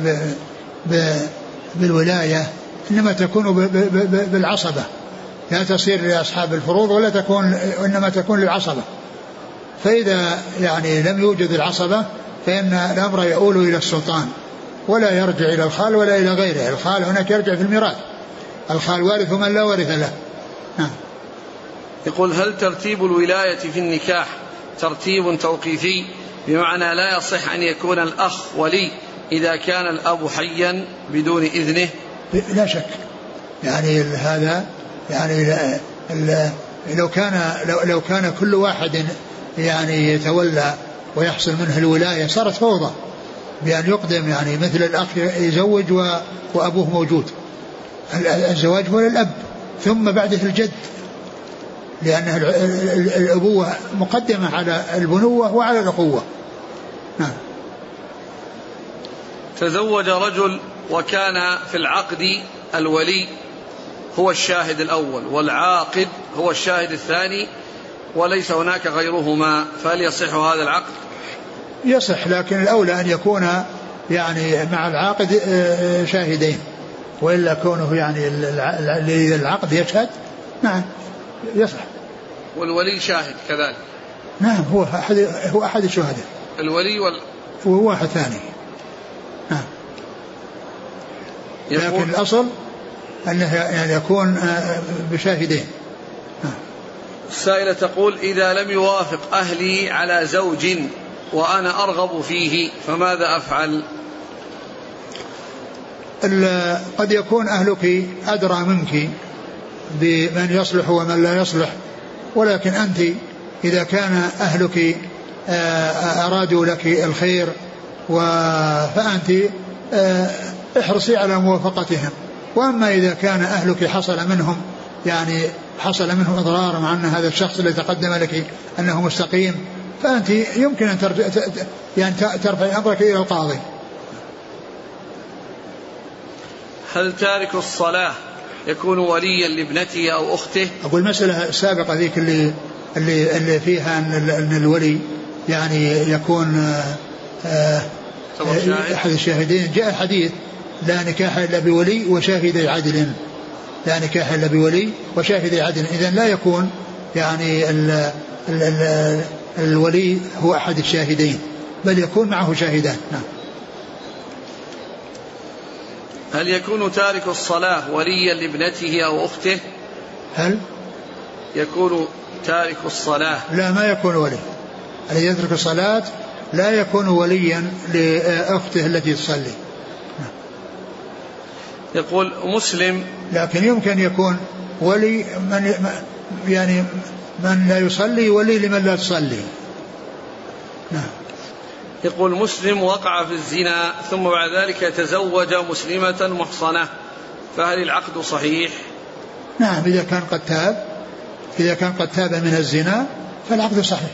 بالولاية إنما تكون بالعصبة، لا تصير لأصحاب الفروض ولا تكون، إنما تكون للعصبة. فإذا يعني لم يوجد العصبة فإن الأمر يؤول إلى السلطان ولا يرجع إلى الخال ولا إلى غيره. الخال هناك يرجع في الميراث، الخال وارث من لا وارث له. يقول: هل ترتيب الولاية في النكاح ترتيب توقيفي، بمعنى لا يصح أن يكون الأخ ولي إذا كان الأب حيا بدون إذنه؟ لا شك، يعني هذا يعني لو كان كل واحد يعني يتولى ويحصل منه الولاية صارت فوضى، بأن يقدم يعني مثل الأخ يزوج وأبوه موجود. الزواج هو للأب ثم بعده الجد، لأن الأبوة مقدمة على البنوة وعلى الأخوة. تزوج رجل وكان في العقد الولي هو الشاهد الأول والعاقد هو الشاهد الثاني وليس هناك غيرهما، فهل يصح هذا العقد؟ يصح، لكن الأولى أن يكون يعني مع العاقد شاهدين، وإلا كونه يعني العقد يشهد. نعم يصح. والولي شاهد كذلك؟ نعم، هو أحد الشهداء، الولي وهو واحد ثاني. نعم. لكن الأصل أنه يعني يكون بشاهدين. السائلة تقول: إذا لم يوافق أهلي على زوج وأنا أرغب فيه فماذا أفعل؟ قد يكون أهلك أدرى منك بمن يصلح ومن لا يصلح، ولكن أنت إذا كان أهلك أرادوا لك الخير فأنت احرصي على موافقتهم. وأما إذا كان أهلك حصل منهم إضرار مع أن هذا الشخص الذي تقدم لك أنه مستقيم، فأنت يمكن أن ترفع أمرك إلى القاضي. هل تارك الصلاة يكون وليا لابنته أو أخته؟ أقول المسألة السابقة ذيك اللي فيها أن الولي يعني يكون أحد الشاهدين. جاء حديث: لا نكاح إلا بولي وشاهدي عدل، لا نكاح إلا بولي وشاهدي عدل. إذن لا يكون يعني الولي هو أحد الشاهدين، بل يكون معه شاهدان. نعم. هل يكون تارك الصلاة وليا لابنته أو أخته؟ هل يكون تارك الصلاة؟ لا، ما يكون ولي. الذي يترك الصلاة لا يكون وليا لأخته التي تصلي. يقول مسلم: لكن يمكن يكون ولي من لا يصلي ولي لمن لا تصلي. نعم. يقول مسلم: وقع في الزنا ثم بعد ذلك تزوج مسلمة محصنة، فهل العقد صحيح؟ نعم، إذا كان قد تاب من الزنا فالعقد صحيح.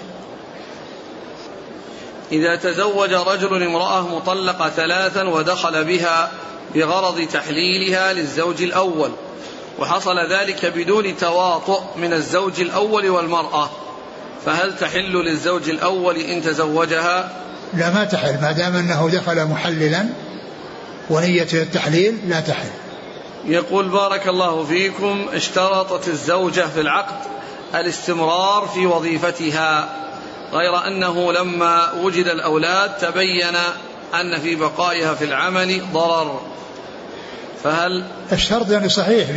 إذا تزوج رجل امرأة مطلقة 3 ودخل بها بغرض تحليلها للزوج الأول، وحصل ذلك بدون تواطؤ من الزوج الأول والمرأة، فهل تحل للزوج الأول إن تزوجها؟ لا، ما تحل، ما دام أنه دخل محللا ونية التحليل لا تحل. يقول: بارك الله فيكم، اشترطت الزوجة في العقد الاستمرار في وظيفتها، غير أنه لما وجد الأولاد تبين أن في بقائها في العمل ضرر، فهل الشرط يعني صحيح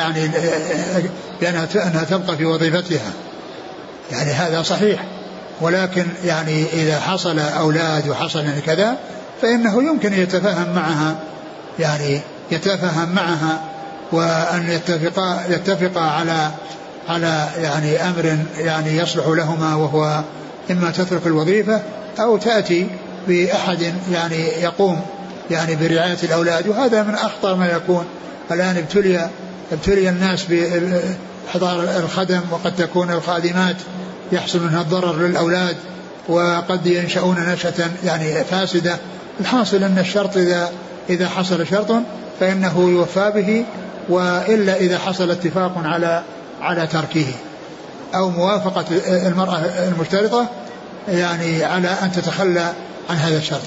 بأنها تبقى في وظيفتها، يعني هذا صحيح، ولكن يعني إذا حصل أولاد وحصل كذا فإنه يمكن يتفهم معها وأن يتفقا على يعني أمر يعني يصلح لهما، وهو إما تترك الوظيفة أو تأتي بأحد يعني يقوم يعني برعاية الأولاد. وهذا من أخطر ما يكون. الآن ابتلي الناس بإحضار الخدم، وقد تكون الخادمات يحصل منها الضرر للأولاد، وقد ينشأون نشأة يعني فاسدة. الحاصل أن الشرط إذا حصل شرط فإنه يوفى به، وإلا إذا حصل اتفاق على تركه أو موافقة المرأة المشترطة يعني على أن تتخلى عن هذا الشرط.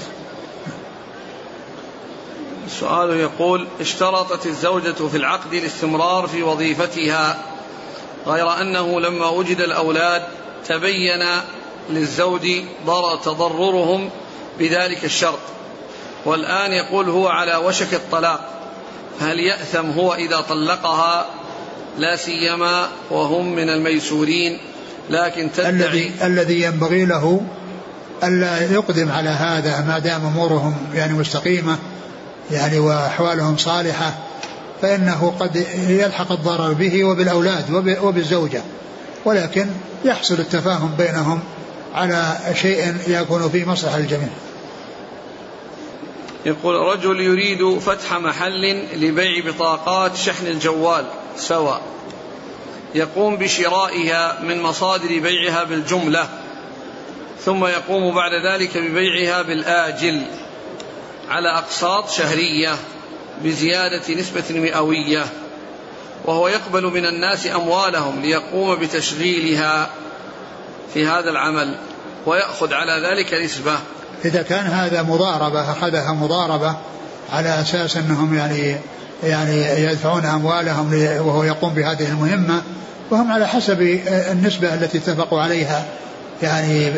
السؤال يقول: اشترطت الزوجة في العقد الاستمرار في وظيفتها، غير أنه لما وجد الأولاد تبين للزوج تضررهم بذلك الشرط، والآن يقول هو على وشك الطلاق، هل يأثم هو إذا طلقها، لا سيما وهم من الميسورين، لكن تدعي الذي ينبغي له ألا يقدم على هذا ما دام أمورهم يعني مستقيمة يعني وأحوالهم صالحة، فإنه قد يلحق الضرر به وبالأولاد وبالزوجة، ولكن يحصل التفاهم بينهم على شيء يكون فيه مصلحة الجميع. يقول: رجل يريد فتح محل لبيع بطاقات شحن الجوال سواء، يقوم بشرائها من مصادر بيعها بالجملة، ثم يقوم بعد ذلك ببيعها بالآجل على أقساط شهرية بزيادة نسبة مئوية، وهو يقبل من الناس أموالهم ليقوم بتشغيلها في هذا العمل ويأخذ على ذلك نسبة. إذا كان هذا مضاربة، أخذها مضاربة على أساس أنهم يعني يدفعون أموالهم وهو يقوم بهذه المهمة، وهم على حسب النسبة التي اتفقوا عليها، يعني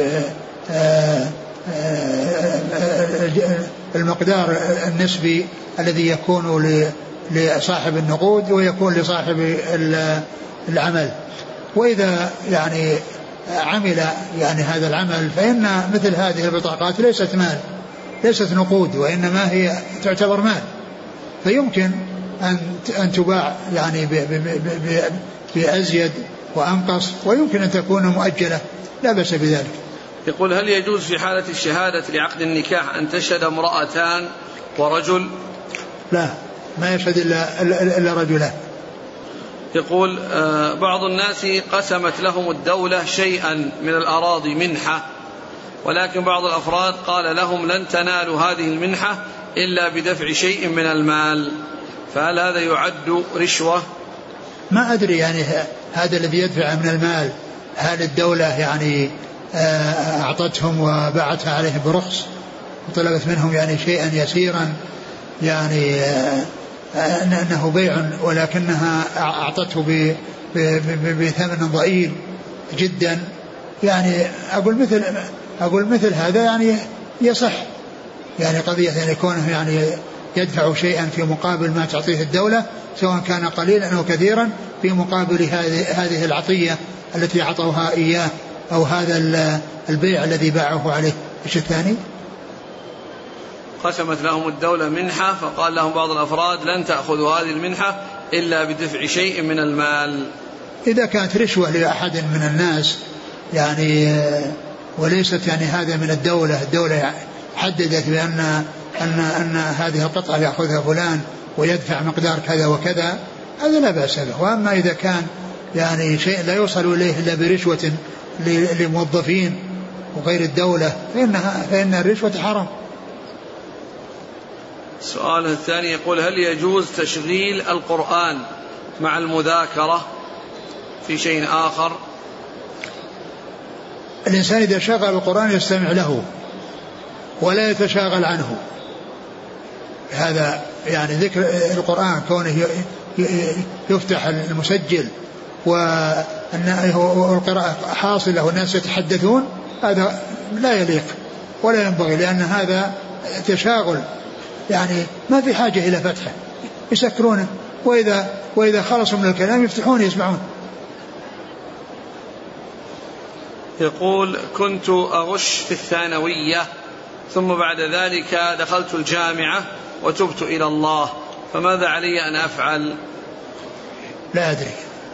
المقدار النسبي الذي يكون لصاحب النقود ويكون لصاحب العمل. وإذا يعني عمل يعني هذا العمل فإن مثل هذه البطاقات ليست مال، ليست نقود، وإنما هي تعتبر مال، فيمكن أن تباع يعني بأزيد وأنقص، ويمكن أن تكون مؤجلة لا بأس بذلك. يقول: هل يجوز في حالة الشهادة لعقد النكاح أن تشهد امرأتان ورجل؟ لا، ما يشهد إلا رجلان. يقول: بعض الناس قسمت لهم الدولة شيئا من الأراضي منحة، ولكن بعض الأفراد قال لهم لن تنالوا هذه المنحة إلا بدفع شيء من المال، فهل هذا يعد رشوة؟ ما أدري يعني هذا الذي يدفع من المال هل الدولة يعني أعطتهم وباعتها عليهم برخص وطلبت منهم يعني شيئا يسيرا يعني أنه بيع، ولكنها أعطته بثمن ضئيل جدا، يعني أقول مثل هذا يعني يصح، يعني قضية أن يكون يعني يدفع شيئا في مقابل ما تعطيه الدولة، سواء كان قليلا أو كثيرا، في مقابل هذه العطية التي أعطوها إياه، أو هذا البيع الذي باعه عليه. إيش الثاني؟ قسمت لهم الدولة منحة، فقال لهم بعض الأفراد لن تأخذوا هذه المنحة إلا بدفع شيء من المال. إذا كانت رشوة لأحد من الناس يعني وليست يعني هذا من الدولة حددت بأن أن هذه القطعة يأخذها فلان ويدفع مقدار كذا وكذا، هذا لا بأس له. وأما إذا كان يعني شيء لا يوصل إليه إلا برشوة لموظفين وغير الدولة فإن الرشوة حرام. السؤال الثاني يقول: هل يجوز تشغيل القرآن مع المذاكرة في شيء آخر؟ الإنسان إذا شغل القرآن يستمع له ولا يتشاغل عنه، هذا يعني ذكر القرآن كونه يفتح المسجل والقراءة حاصلة والناس يتحدثون، هذا لا يليق ولا ينبغي، لأن هذا تشاغل، يعني ما في حاجة إلى فتحه، يسكرونه، وإذا خلصوا من الكلام يفتحون يسمعون. يقول: كنت أغش في الثانوية، ثم بعد ذلك دخلت الجامعة وتبت إلى الله، فماذا علي أن أفعل؟ لا أدري.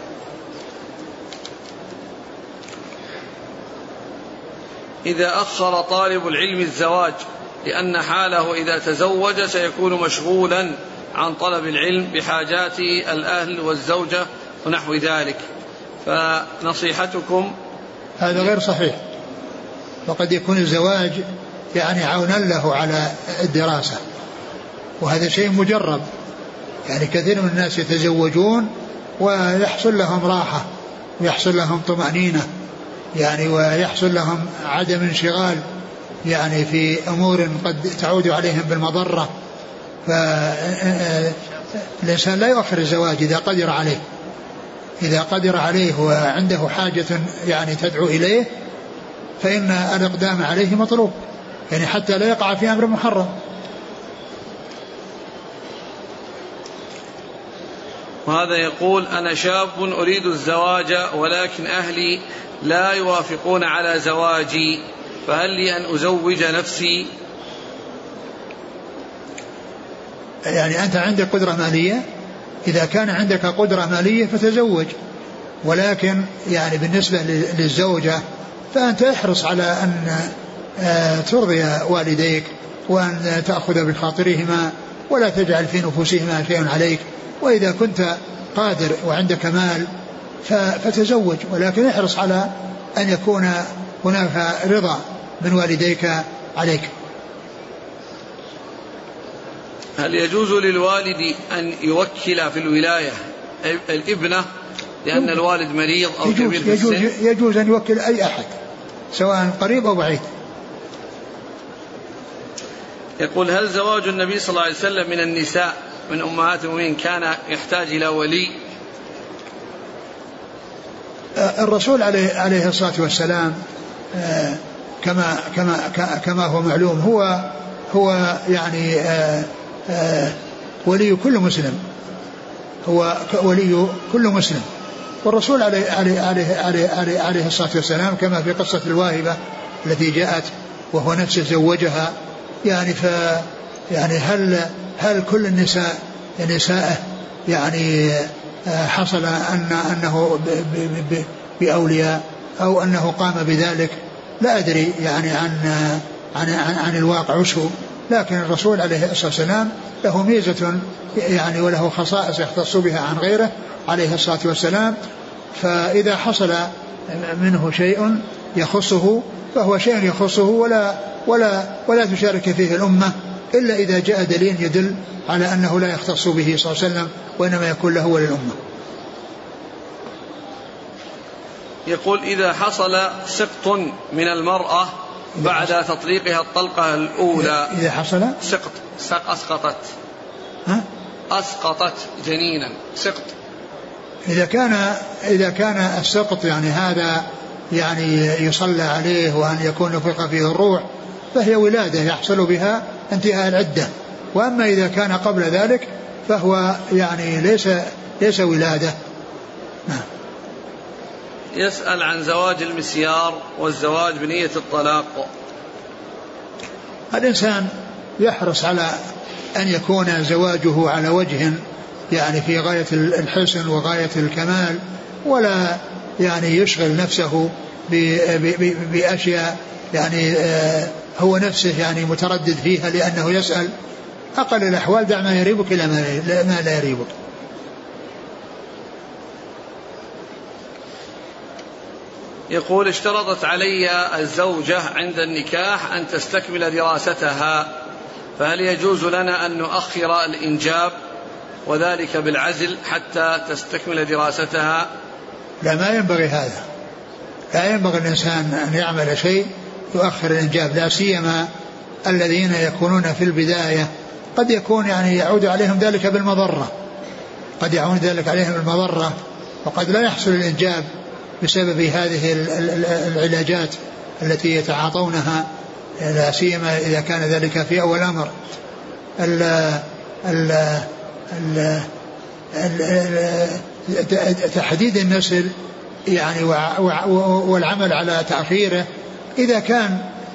إذا أخر طالب العلم الزواج لأن حاله إذا تزوج سيكون مشغولا عن طلب العلم بحاجات الأهل والزوجة ونحو ذلك، فنصيحتكم؟ هذا غير صحيح، وقد يكون الزواج يعني عونا له على الدراسة، وهذا شيء مجرب، يعني كثير من الناس يتزوجون ويحصل لهم راحة ويحصل لهم طمأنينة يعني ويحصل لهم عدم انشغال يعني في أمور قد تعود عليهم بالمضرة. فالإنسان لا يؤخر الزواج إذا قدر عليه وعنده حاجة يعني تدعو إليه فإن الإقدام عليه مطلوب يعني حتى لا يقع في أمر محرم. وهذا يقول أنا شاب أريد الزواج ولكن أهلي لا يوافقون على زواجي فهل لي أن أزوج نفسي؟ يعني أنت عندك قدرة مالية، إذا كان عندك قدرة مالية فتزوج، ولكن يعني بالنسبة للزوجة فأنت احرص على أن ترضي والديك وأن تأخذ بخاطرهما ولا تجعل في نفوسهما شيء عليك، وإذا كنت قادر وعندك مال فتزوج، ولكن احرص على أن يكون هناك رضا من والديك عليك. هل يجوز للوالد أن يوكل في الولاية الابنة لأن الوالد مريض أو كبير في السن؟ يجوز أن يوكل أي أحد سواء قريب أو بعيد. يقول هل زواج النبي صلى الله عليه وسلم من النساء من أمهات المؤمنين كان يحتاج إلى ولي؟ الرسول عليه الصلاة والسلام كما هو معلوم هو يعني ولي كل مسلم، هو ولي كل مسلم. والرسول عليه الصلاة والسلام كما في قصة الواهبة التي جاءت وهو نفسه زوجها يعني يعني هل كل النساء نساءه يعني حصل أنه بأولياء أو أنه قام بذلك؟ لا أدري يعني عن الواقع وشو، لكن الرسول عليه الصلاة والسلام له ميزة يعني وله خصائص يختص بها عن غيره عليه الصلاة والسلام، فإذا حصل منه شيء يخصه فهو شيء يخصه ولا تشارك فيه الأمة إلا إذا جاء دليل يدل على أنه لا يختص به صلى الله عليه وسلم وإنما يكون له وللأمة. يقول إذا حصل سقط من المرأة بعد تطليقها الطلقة الأولى، إذا حصل أسقطت جنينا سقط، إذا كان السقط يعني هذا يعني يصلى عليه وأن يكون نفخ فيه الروح فهي ولادة يحصل بها انتهاء العدة، وأما إذا كان قبل ذلك فهو يعني ليس ولادة. يسأل عن زواج المسيار والزواج بنية الطلاق. الإنسان يحرص على أن يكون زواجه على وجه يعني في غاية الحسن وغاية الكمال، ولا يعني يشغل نفسه بأشياء يعني هو نفسه يعني متردد فيها لأنه يسأل. أقل الأحوال دع ما يريبك إلى ما لا يريبك. يقول اشترطت علي الزوجة عند النكاح أن تستكمل دراستها، فهل يجوز لنا أن نؤخر الإنجاب وذلك بالعزل حتى تستكمل دراستها؟ لا، ما ينبغي هذا، لا ينبغي الإنسان أن يعمل شيء يؤخر الإنجاب، لا سيما الذين يكونون في البداية قد يكون يعني يعود عليهم ذلك بالمضرة، قد يعود ذلك عليهم بالمضرة، وقد لا يحصل الإنجاب بسبب هذه العلاجات التي يتعاطونها، لا سيما إذا كان ذلك في أول أمر. تحديد النسل يعني والعمل على تأخيره، إذا كان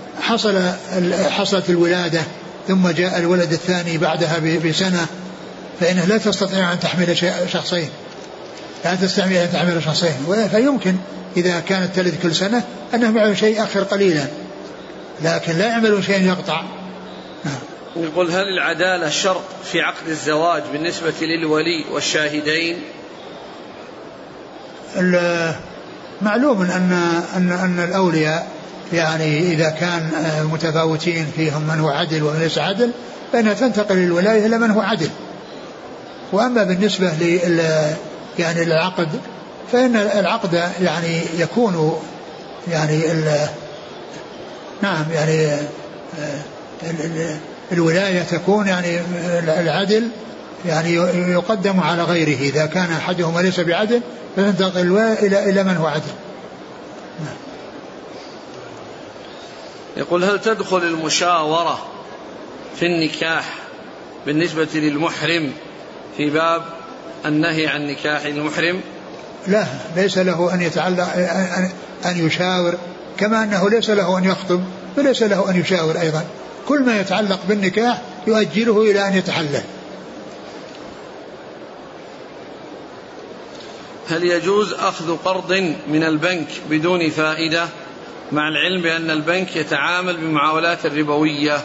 حصلت الولادة ثم جاء الولد الثاني بعدها بسنة فإنه لا تستطيع أن تحمل شخصين، لا تستطيع أن تحمل شخصين، فيمكن إذا كانت تلد كل سنة أنهم يعملوا شيء أخر قليلا، لكن لا يعملوا شيء يقطع. يقول هل العدالة شرط في عقد الزواج بالنسبة للولي والشاهدين؟ معلوم أن الأولياء يعني إذا كان متفاوتين فيهم من هو عدل ومن ليس عدل فإنها تنتقل الولاية إلى من هو عدل، وأما بالنسبة يعني للعقد فإن العقد يعني يكون يعني نعم يعني الولاية تكون يعني العدل يعني يقدم على غيره إذا كان أحدهما ليس بعدل فينتقل الولاية إلى من هو عدل. يقول هل تدخل المشاورة في النكاح بالنسبة للمحرم في باب النهي عن نكاح المحرم؟ لا، ليس له أن يتعلق أن يشاور، كما أنه ليس له أن يخطب فليس له أن يشاور أيضا. كل ما يتعلق بالنكاح يؤجله إلى أن يتحلل. هل يجوز أخذ قرض من البنك بدون فائدة مع العلم بأن البنك يتعامل بمعاملات الربوية؟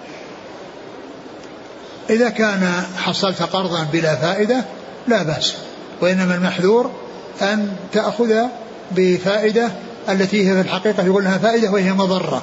إذا كان حصلت قرضا بلا فائدة لا بأس، وإنما المحذور أن تأخذ بفائدة التي هي في الحقيقة يقول لها فائدة وهي مضرة.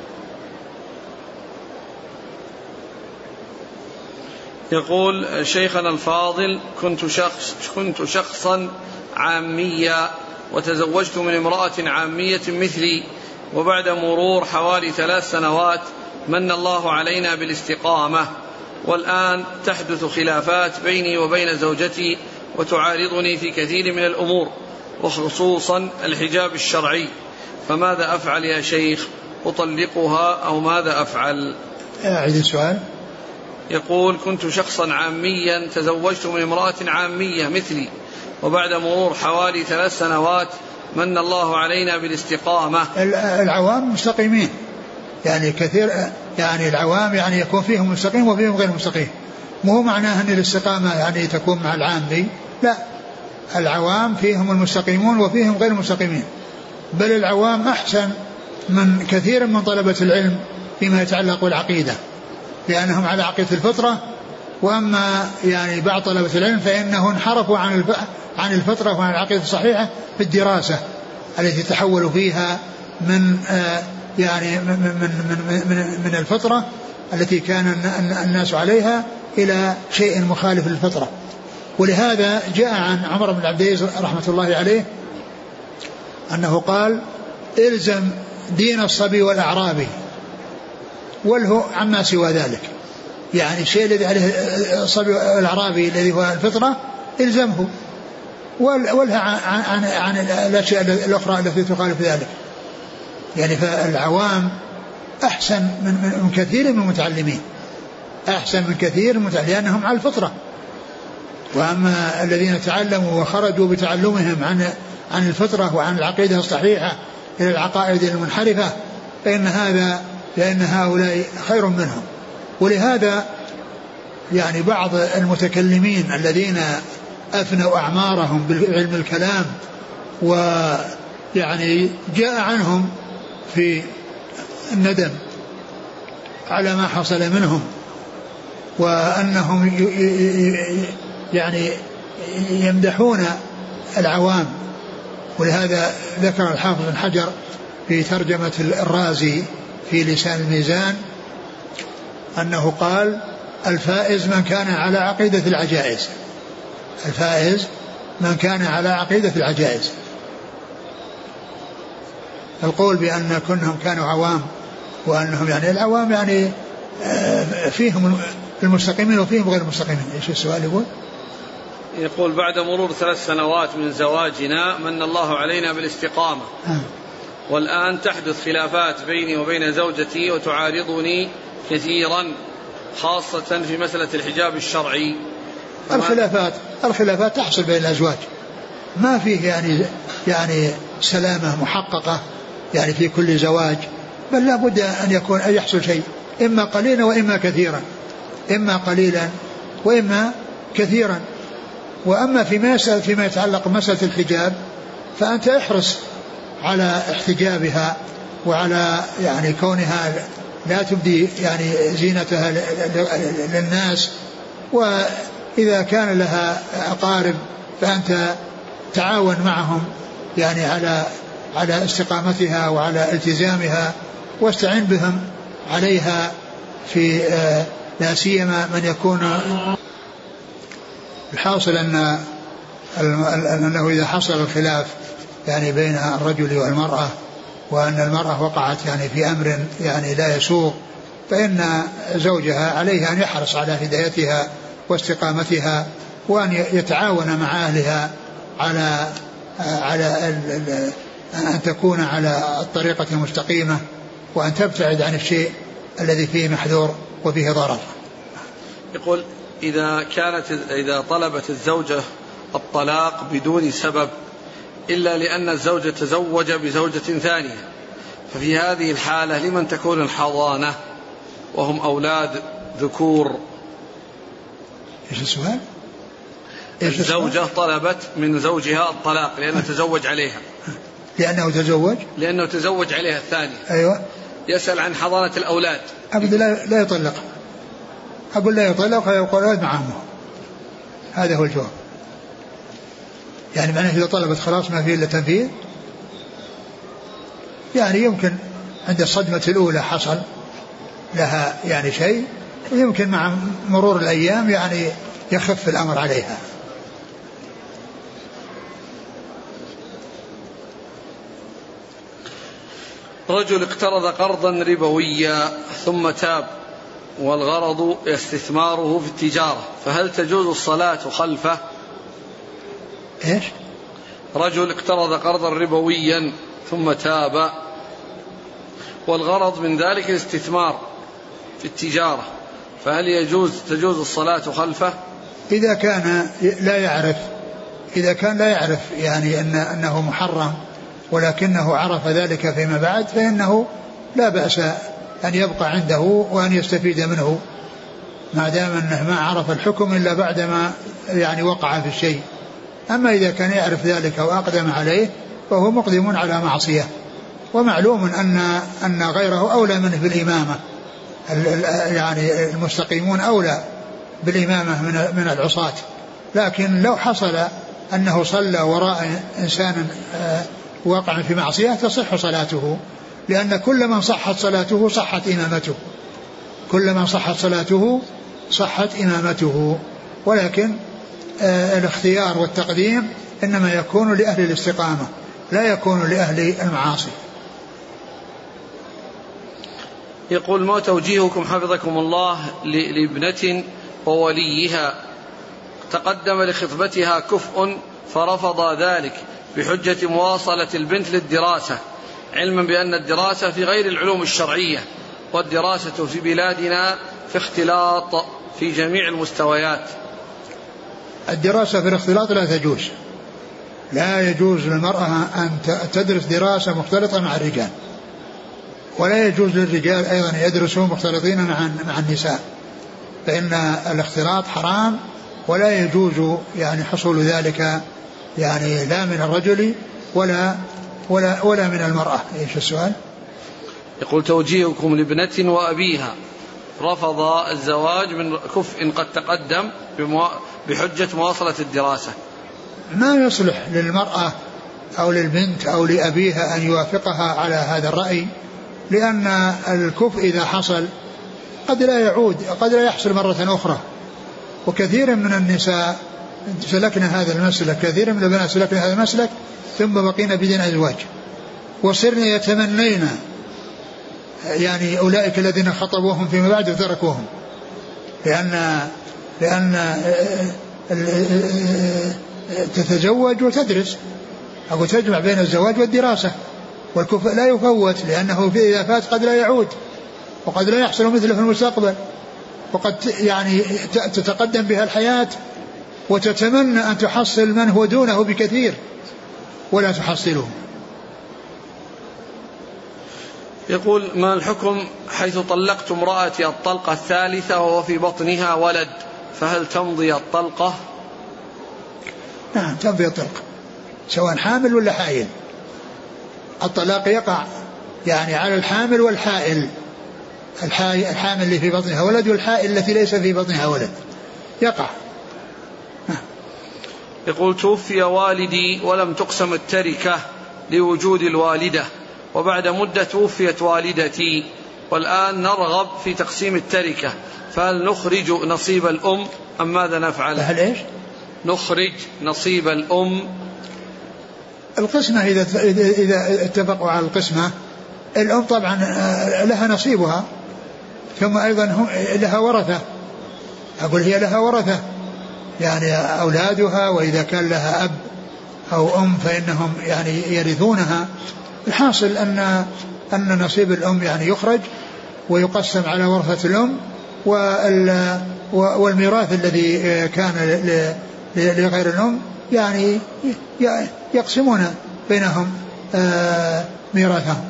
يقول شيخنا الفاضل كنت شخصا عاميا وتزوجت من امرأة عامية مثلي، وبعد مرور حوالي 3 سنوات من الله علينا بالاستقامة، والآن تحدث خلافات بيني وبين زوجتي وتعارضني في كثير من الأمور وخصوصا الحجاب الشرعي، فماذا أفعل يا شيخ؟ أطلقها أو ماذا أفعل؟ أعيد السؤال. يقول كنت شخصا عاميا تزوجت من امرأة عامية مثلي، وبعد مرور حوالي 3 سنوات من الله علينا بالاستقامة. العوام مستقيمين يعني كثير، يعني العوام يعني يكون فيهم مستقيم وفيهم غير مستقيم، مو معناه أن الاستقامة يعني تكون مع العامي، لا، العوام فيهم المستقيمون وفيهم غير المستقيمين، بل العوام أحسن من كثير من طلبة العلم فيما يتعلق بالعقيدة لأنهم على عقيدة الفطرة، وأما يعني بعض طلبة العلم فإنهم انحرفوا عن الفطرة وعن العقيدة الصحيحة في الدراسة التي تحولوا فيها من يعني من الفطرة التي كان الناس عليها إلى شيء مخالف للفطرة. ولهذا جاء عن عمر بن عبد العزيز رحمة الله عليه أنه قال إلزم دين الصبي والأعرابي وله عما سوى ذلك، يعني الشيء الذي عليه الصبي والأعرابي الذي هو الفطرة إلزمه ولها عن الأشياء الأخرى التي تخالف ذلك. يعني فالعوام أحسن من كثير من المتعلمين، أحسن من كثير من المتعلمين لأنهم على الفطرة، وأما الذين تعلموا وخرجوا بتعلمهم عن الفطرة وعن العقيدة الصحيحة إلى العقائد المنحرفة فإن هؤلاء خير منهم. ولهذا يعني بعض المتكلمين الذين أفنوا أعمارهم بعلم الكلام ويعني جاء عنهم في الندم على ما حصل منهم وأنهم يعني يمدحون العوام. ولهذا ذكر الحافظ بن حجر في ترجمة الرازي في لسان الميزان أنه قال الفائز من كان على عقيدة العجائز، الفائز من كان على عقيدة العجائز. القول بأن كلهم كانوا عوام وأنهم يعني العوام يعني فيهم المستقيمين وفيهم غير المستقيمين. إيش السؤال يقول؟ يقول بعد مرور 3 سنوات من زواجنا من الله علينا بالاستقامة والآن تحدث خلافات بيني وبين زوجتي وتعارضني كثيرا خاصة في مسألة الحجاب الشرعي. الخلافات تحصل بين الأزواج، ما فيه يعني سلامة محققة يعني في كل زواج، بل لا بد أن يحصل شيء إما قليلا وإما كثيرا، إما قليلا وإما كثيرا. وأما فيما يتعلق بمسألة الحجاب فأنت احرص على احتجابها وعلى يعني كونها لا تبدي يعني زينتها للناس، وإذا كان لها أقارب فأنت تعاون معهم يعني على استقامتها وعلى التزامها، واستعن بهم عليها في لا سيما من يكون الحاصل أنه إذا حصل الخلاف يعني بين الرجل والمرأة وأن المرأة وقعت يعني في أمر يعني لا يسوغ فإن زوجها عليه أن يحرص على هدايتها واستقامتها وأن يتعاون مع أهلها على أن تكون على الطريقة المستقيمة وأن تبتعد عن الشيء الذي فيه محذور وفيه ضرر. يقول إذا طلبت الزوجة الطلاق بدون سبب إلا لأن الزوج تزوج بزوجة ثانية، ففي هذه الحالة لمن تكون الحضانة وهم أولاد ذكور؟ إيش السؤال؟ الزوجة طلبت من زوجها الطلاق لأنه تزوج عليها. لأنه تزوج عليها الثانية. أيوة. يسأل عن حضانة الأولاد. أبدا لا يطلق. أقول لا يطلق ويقول أولاد مع أمه. هذا هو الجواب. يعني معناه إذا طلبت خلاص ما فيه إلا تنفيذ. يعني يمكن عند الصدمة الأولى حصل لها يعني شيء، ويمكن مع مرور الأيام يعني يخف الأمر عليها. رجل اقترض قرضا ربويا ثم تاب والغرض استثماره في التجارة، فهل تجوز الصلاة خلفه؟ إيش؟ رجل اقترض قرضا ربويا ثم تاب والغرض من ذلك الاستثمار في التجارة، فهل تجوز الصلاة خلفه؟ إذا كان لا يعرف يعني أنه محرم ولكنه عرف ذلك فيما بعد فإنه لا بأس أن يبقى عنده وأن يستفيد منه ما دام أنه ما عرف الحكم إلا بعدما يعني وقع في الشيء. أما إذا كان يعرف ذلك وأقدم عليه فهو مقدم على معصية، ومعلوم أن غيره أولى منه بالإمامة، يعني المستقيمون أولى بالإمامة من العصاة. لكن لو حصل أنه صلى وراء إنسان واقع في معصية تصح صلاته، لأن كل من صحت صلاته صحت إمامته، كل من صحت صلاته صحت إمامته. ولكن الاختيار والتقديم إنما يكون لأهل الاستقامة لا يكون لأهل المعاصي. يقول: ما توجيهكم حفظكم الله لابنة ووليها تقدم لخطبتها كفء فرفض ذلك بحجة مواصلة البنت للدراسة، علما بأن الدراسة في غير العلوم الشرعية، والدراسة في بلادنا في اختلاط في جميع المستويات. الدراسة في الاختلاط لا تجوز، لا يجوز للمرأة أن تدرس دراسة مختلطة مع الرجال، ولا يجوز للرجال أيضا يدرسوا مختلطين مع النساء، فإن الاختلاط حرام ولا يجوز يعني حصول ذلك يعني لا من الرجل ولا من المرأة. إيش السؤال؟ يقول: توجيهكم لابنة وأبيها رفض الزواج من كفء قد تقدم بحجة مواصلة الدراسة. ما يصلح للمرأة أو للبنت أو لأبيها أن يوافقها على هذا الرأي، لأن الكفء إذا حصل قد لا يعود، قد لا يحصل مرة أخرى. وكثير من النساء سلكنا هذا المسلك، كثير من البنات سلكنا هذا المسلك ثم بقينا بدون أزواج، وصرنا يتمنينا يعني أولئك الذين خطبوهم فيما بعد وتركوهم، لأن تتزوج وتدرس أو تجمع بين الزواج والدراسة، والكفء لا يفوت لأنه إذا فات قد لا يعود وقد لا يحصل مثله في المستقبل، وقد يعني تتقدم بها الحياة وتتمنى أن تحصل من هو دونه بكثير ولا تحصله. يقول: ما الحكم حيث طلقت امرأتي الطلقة الثالثة وهو في بطنها ولد، فهل تمضي الطلقة؟ نعم تمضي الطلقة سواء حامل ولا حائل. الطلاق يقع يعني على الحامل والحائل، الحامل اللي في بطنها ولد والحائل التي ليس في بطنها ولد يقع. يقول: توفي والدي ولم تقسم التركة لوجود الوالدة، وبعد مدة توفيت والدتي والآن نرغب في تقسيم التركة، فهل نخرج نصيب الأم أم ماذا نفعل؟ نخرج نصيب الأم؟ القسمة إذا اتفقوا على القسمة، الأم طبعا لها نصيبها، ثم أيضا لها ورثة، أقول هي لها ورثة يعني أولادها، وإذا كان لها أب أو أم فإنهم يعني يرثونها. الحاصل أن نصيب الأم يعني يخرج ويقسم على ورثة الأم، والميراث الذي كان لغير الأم يعني يقسمون بينهم ميراثهم.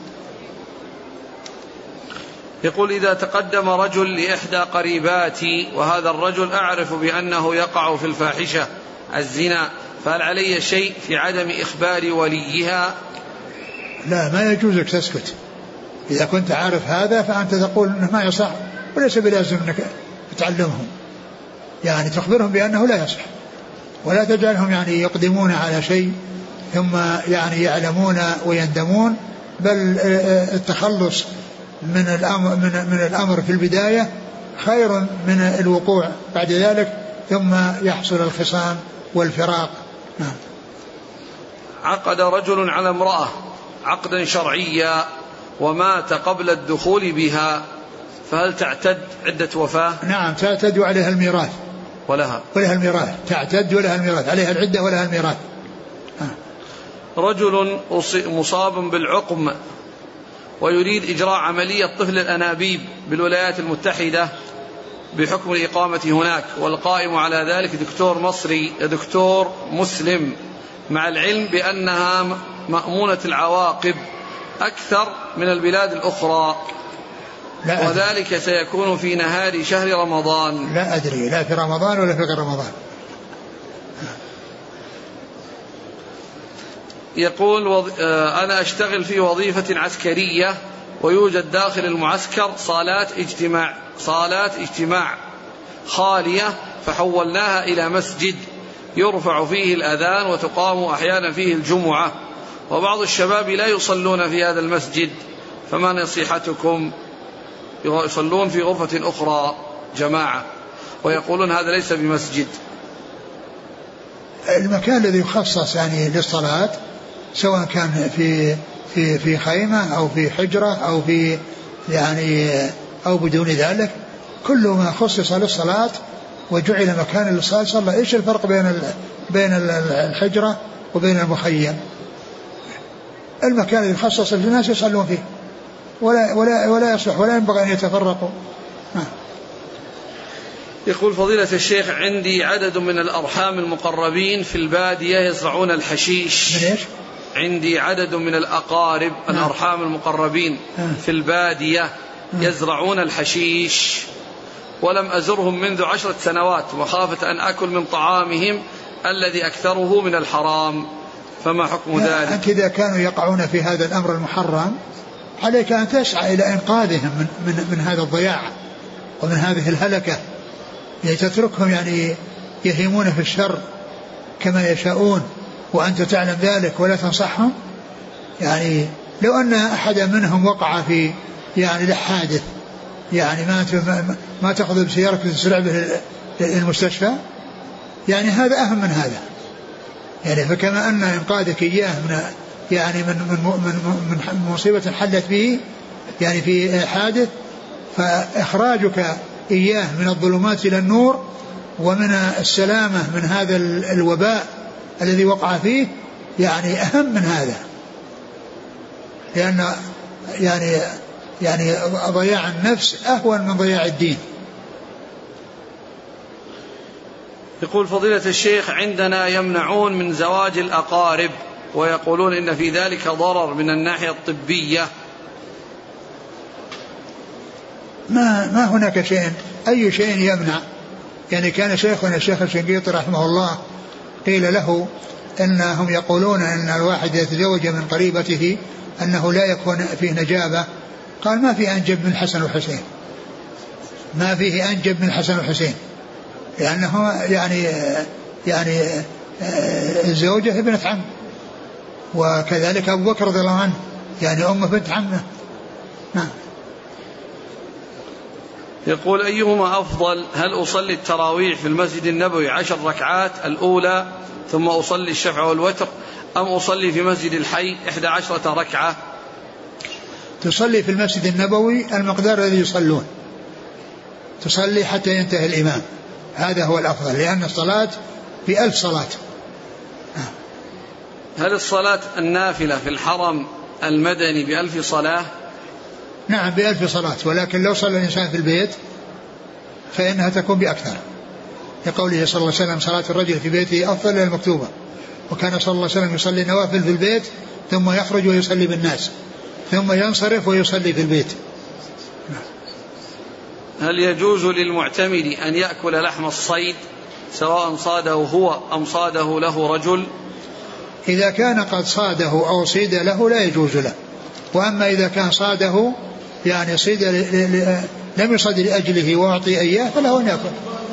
يقول: إذا تقدم رجل لإحدى قريباتي وهذا الرجل أعرف بأنه يقع في الفاحشة الزنا، فهل علي شيء في عدم إخبار وليها؟ لا، ما يجوزك تسكت. إذا كنت عارف هذا فأنت تقول إنه ما يصح، وليس بلازم أنك تعلمهم، يعني تخبرهم بأنه لا يصح، ولا تجعلهم يعني يقدمون على شيء ثم يعني يعلمون ويندمون، بل التخلص من الأمر في البداية خير من الوقوع بعد ذلك ثم يحصل الخصام والفراق. عقد رجل على امرأة عقدا شرعيا ومات قبل الدخول بها، فهل تعتد عدة وفاة؟ نعم، تعتد وعليها الميراث ولها الميراث، تعتد ولها الميراث، عليها العدة ولها الميراث. رجل مصاب بالعقم ويريد إجراء عملية طفل الأنابيب بالولايات المتحدة بحكم الإقامة هناك، والقائم على ذلك دكتور مسلم، مع العلم بأنها مأمونة العواقب أكثر من البلاد الأخرى، وذلك سيكون في نهار شهر رمضان. لا أدري، لا في رمضان ولا في غير رمضان. يقول: أنا أشتغل في وظيفة عسكرية ويوجد داخل المعسكر صالات اجتماع خالية، فحولناها إلى مسجد يرفع فيه الأذان وتقام أحيانا فيه الجمعة، وبعض الشباب لا يصلون في هذا المسجد، فما نصيحتكم؟ يصلون في غرفة أخرى جماعة ويقولون هذا ليس بمسجد. المكان الذي يخصص يعني للصلاة، سواء كان في خيمة أو في حجرة أو في يعني أو بدون ذلك، كل ما خصص للصلاة وجعل مكان للصلاة صلى. إيش الفرق بين الحجرة وبين المخيم؟ المكان الذي يخصص للناس يصلون فيه، ولا يصلح ولا ينبغي أن يتفرقوا. يقول: فضيلة الشيخ، عندي عدد من الأرحام المقربين في البادية يزرعون الحشيش. من إيش؟ عندي عدد من الأقارب الأرحام المقربين في البادية يزرعون الحشيش، ولم أزرهم منذ 10 سنوات وخافت أن أكل من طعامهم الذي أكثره من الحرام، فما حكم ذلك؟ أنت إذا كانوا يقعون في هذا الأمر المحرم عليك أن تسعى إلى إنقاذهم من هذا الضياع ومن هذه الهلكة، يعني تتركهم يعني يهيمون في الشر كما يشاءون وأنت تعلم ذلك ولا تنصحهم. يعني لو أن أحد منهم وقع في يعني لحادث، يعني ما تأخذ بسيارك وتسرع به المستشفى، يعني هذا أهم من هذا. يعني فكما أن إنقاذك إياه من مصيبة حلت به يعني في حادث، فإخراجك إياه من الظلمات إلى النور ومن السلامة من هذا الوباء الذي وقع فيه يعني أهم من هذا، لأن يعني ضياع النفس أهون من ضياع الدين. يقول: فضيلة الشيخ، عندنا يمنعون من زواج الأقارب ويقولون إن في ذلك ضرر من الناحية الطبية. ما هناك شيء، أي شيء يمنع. يعني كان شيخنا الشيخ الشنقيطي رحمه الله قيل له أنهم يقولون أن الواحد يتزوج من قريبته أنه لا يكون فيه نجابة، قال: ما فيه أنجب من الحسن والحسين، ما فيه أنجب من الحسن والحسين، لأنه يعني الزوجة ابنة عم، وكذلك أبو بكر رضي الله عنه يعني أم بنت عمه. نعم. يقول أيهما أفضل؟ هل أصلي التراويح في المسجد النبوي 10 ركعات الأولى ثم أصلي الشفع والوتر، أم أصلي في مسجد الحي 11 ركعة؟ تصلي في المسجد النبوي المقدار الذي يصلون، تصلي حتى ينتهي الإمام، هذا هو الأفضل، لأن الصلاة ب1000 صلاة. هل الصلاة النافلة في الحرم المدني ب1000 صلاة؟ نعم ب1000 صلاة، ولكن لو صلى الإنسان في البيت فإنها تكون بأكثر، لقوله صلى الله عليه وسلم صلاة الرجل في بيته أفضل من المكتوبة، وكان صلى الله عليه وسلم يصلي النوافل في البيت ثم يخرج ويصلي بالناس ثم ينصرف ويصلي في البيت. هل يجوز للمعتمد أن يأكل لحم الصيد سواء صاده هو أم صاده له رجل؟ إذا كان قد صاده أو صيد له لا يجوز له، وأما إذا كان صاده يعني صيد لم يصد لأجله وأعطي إياه فله أن يأكل.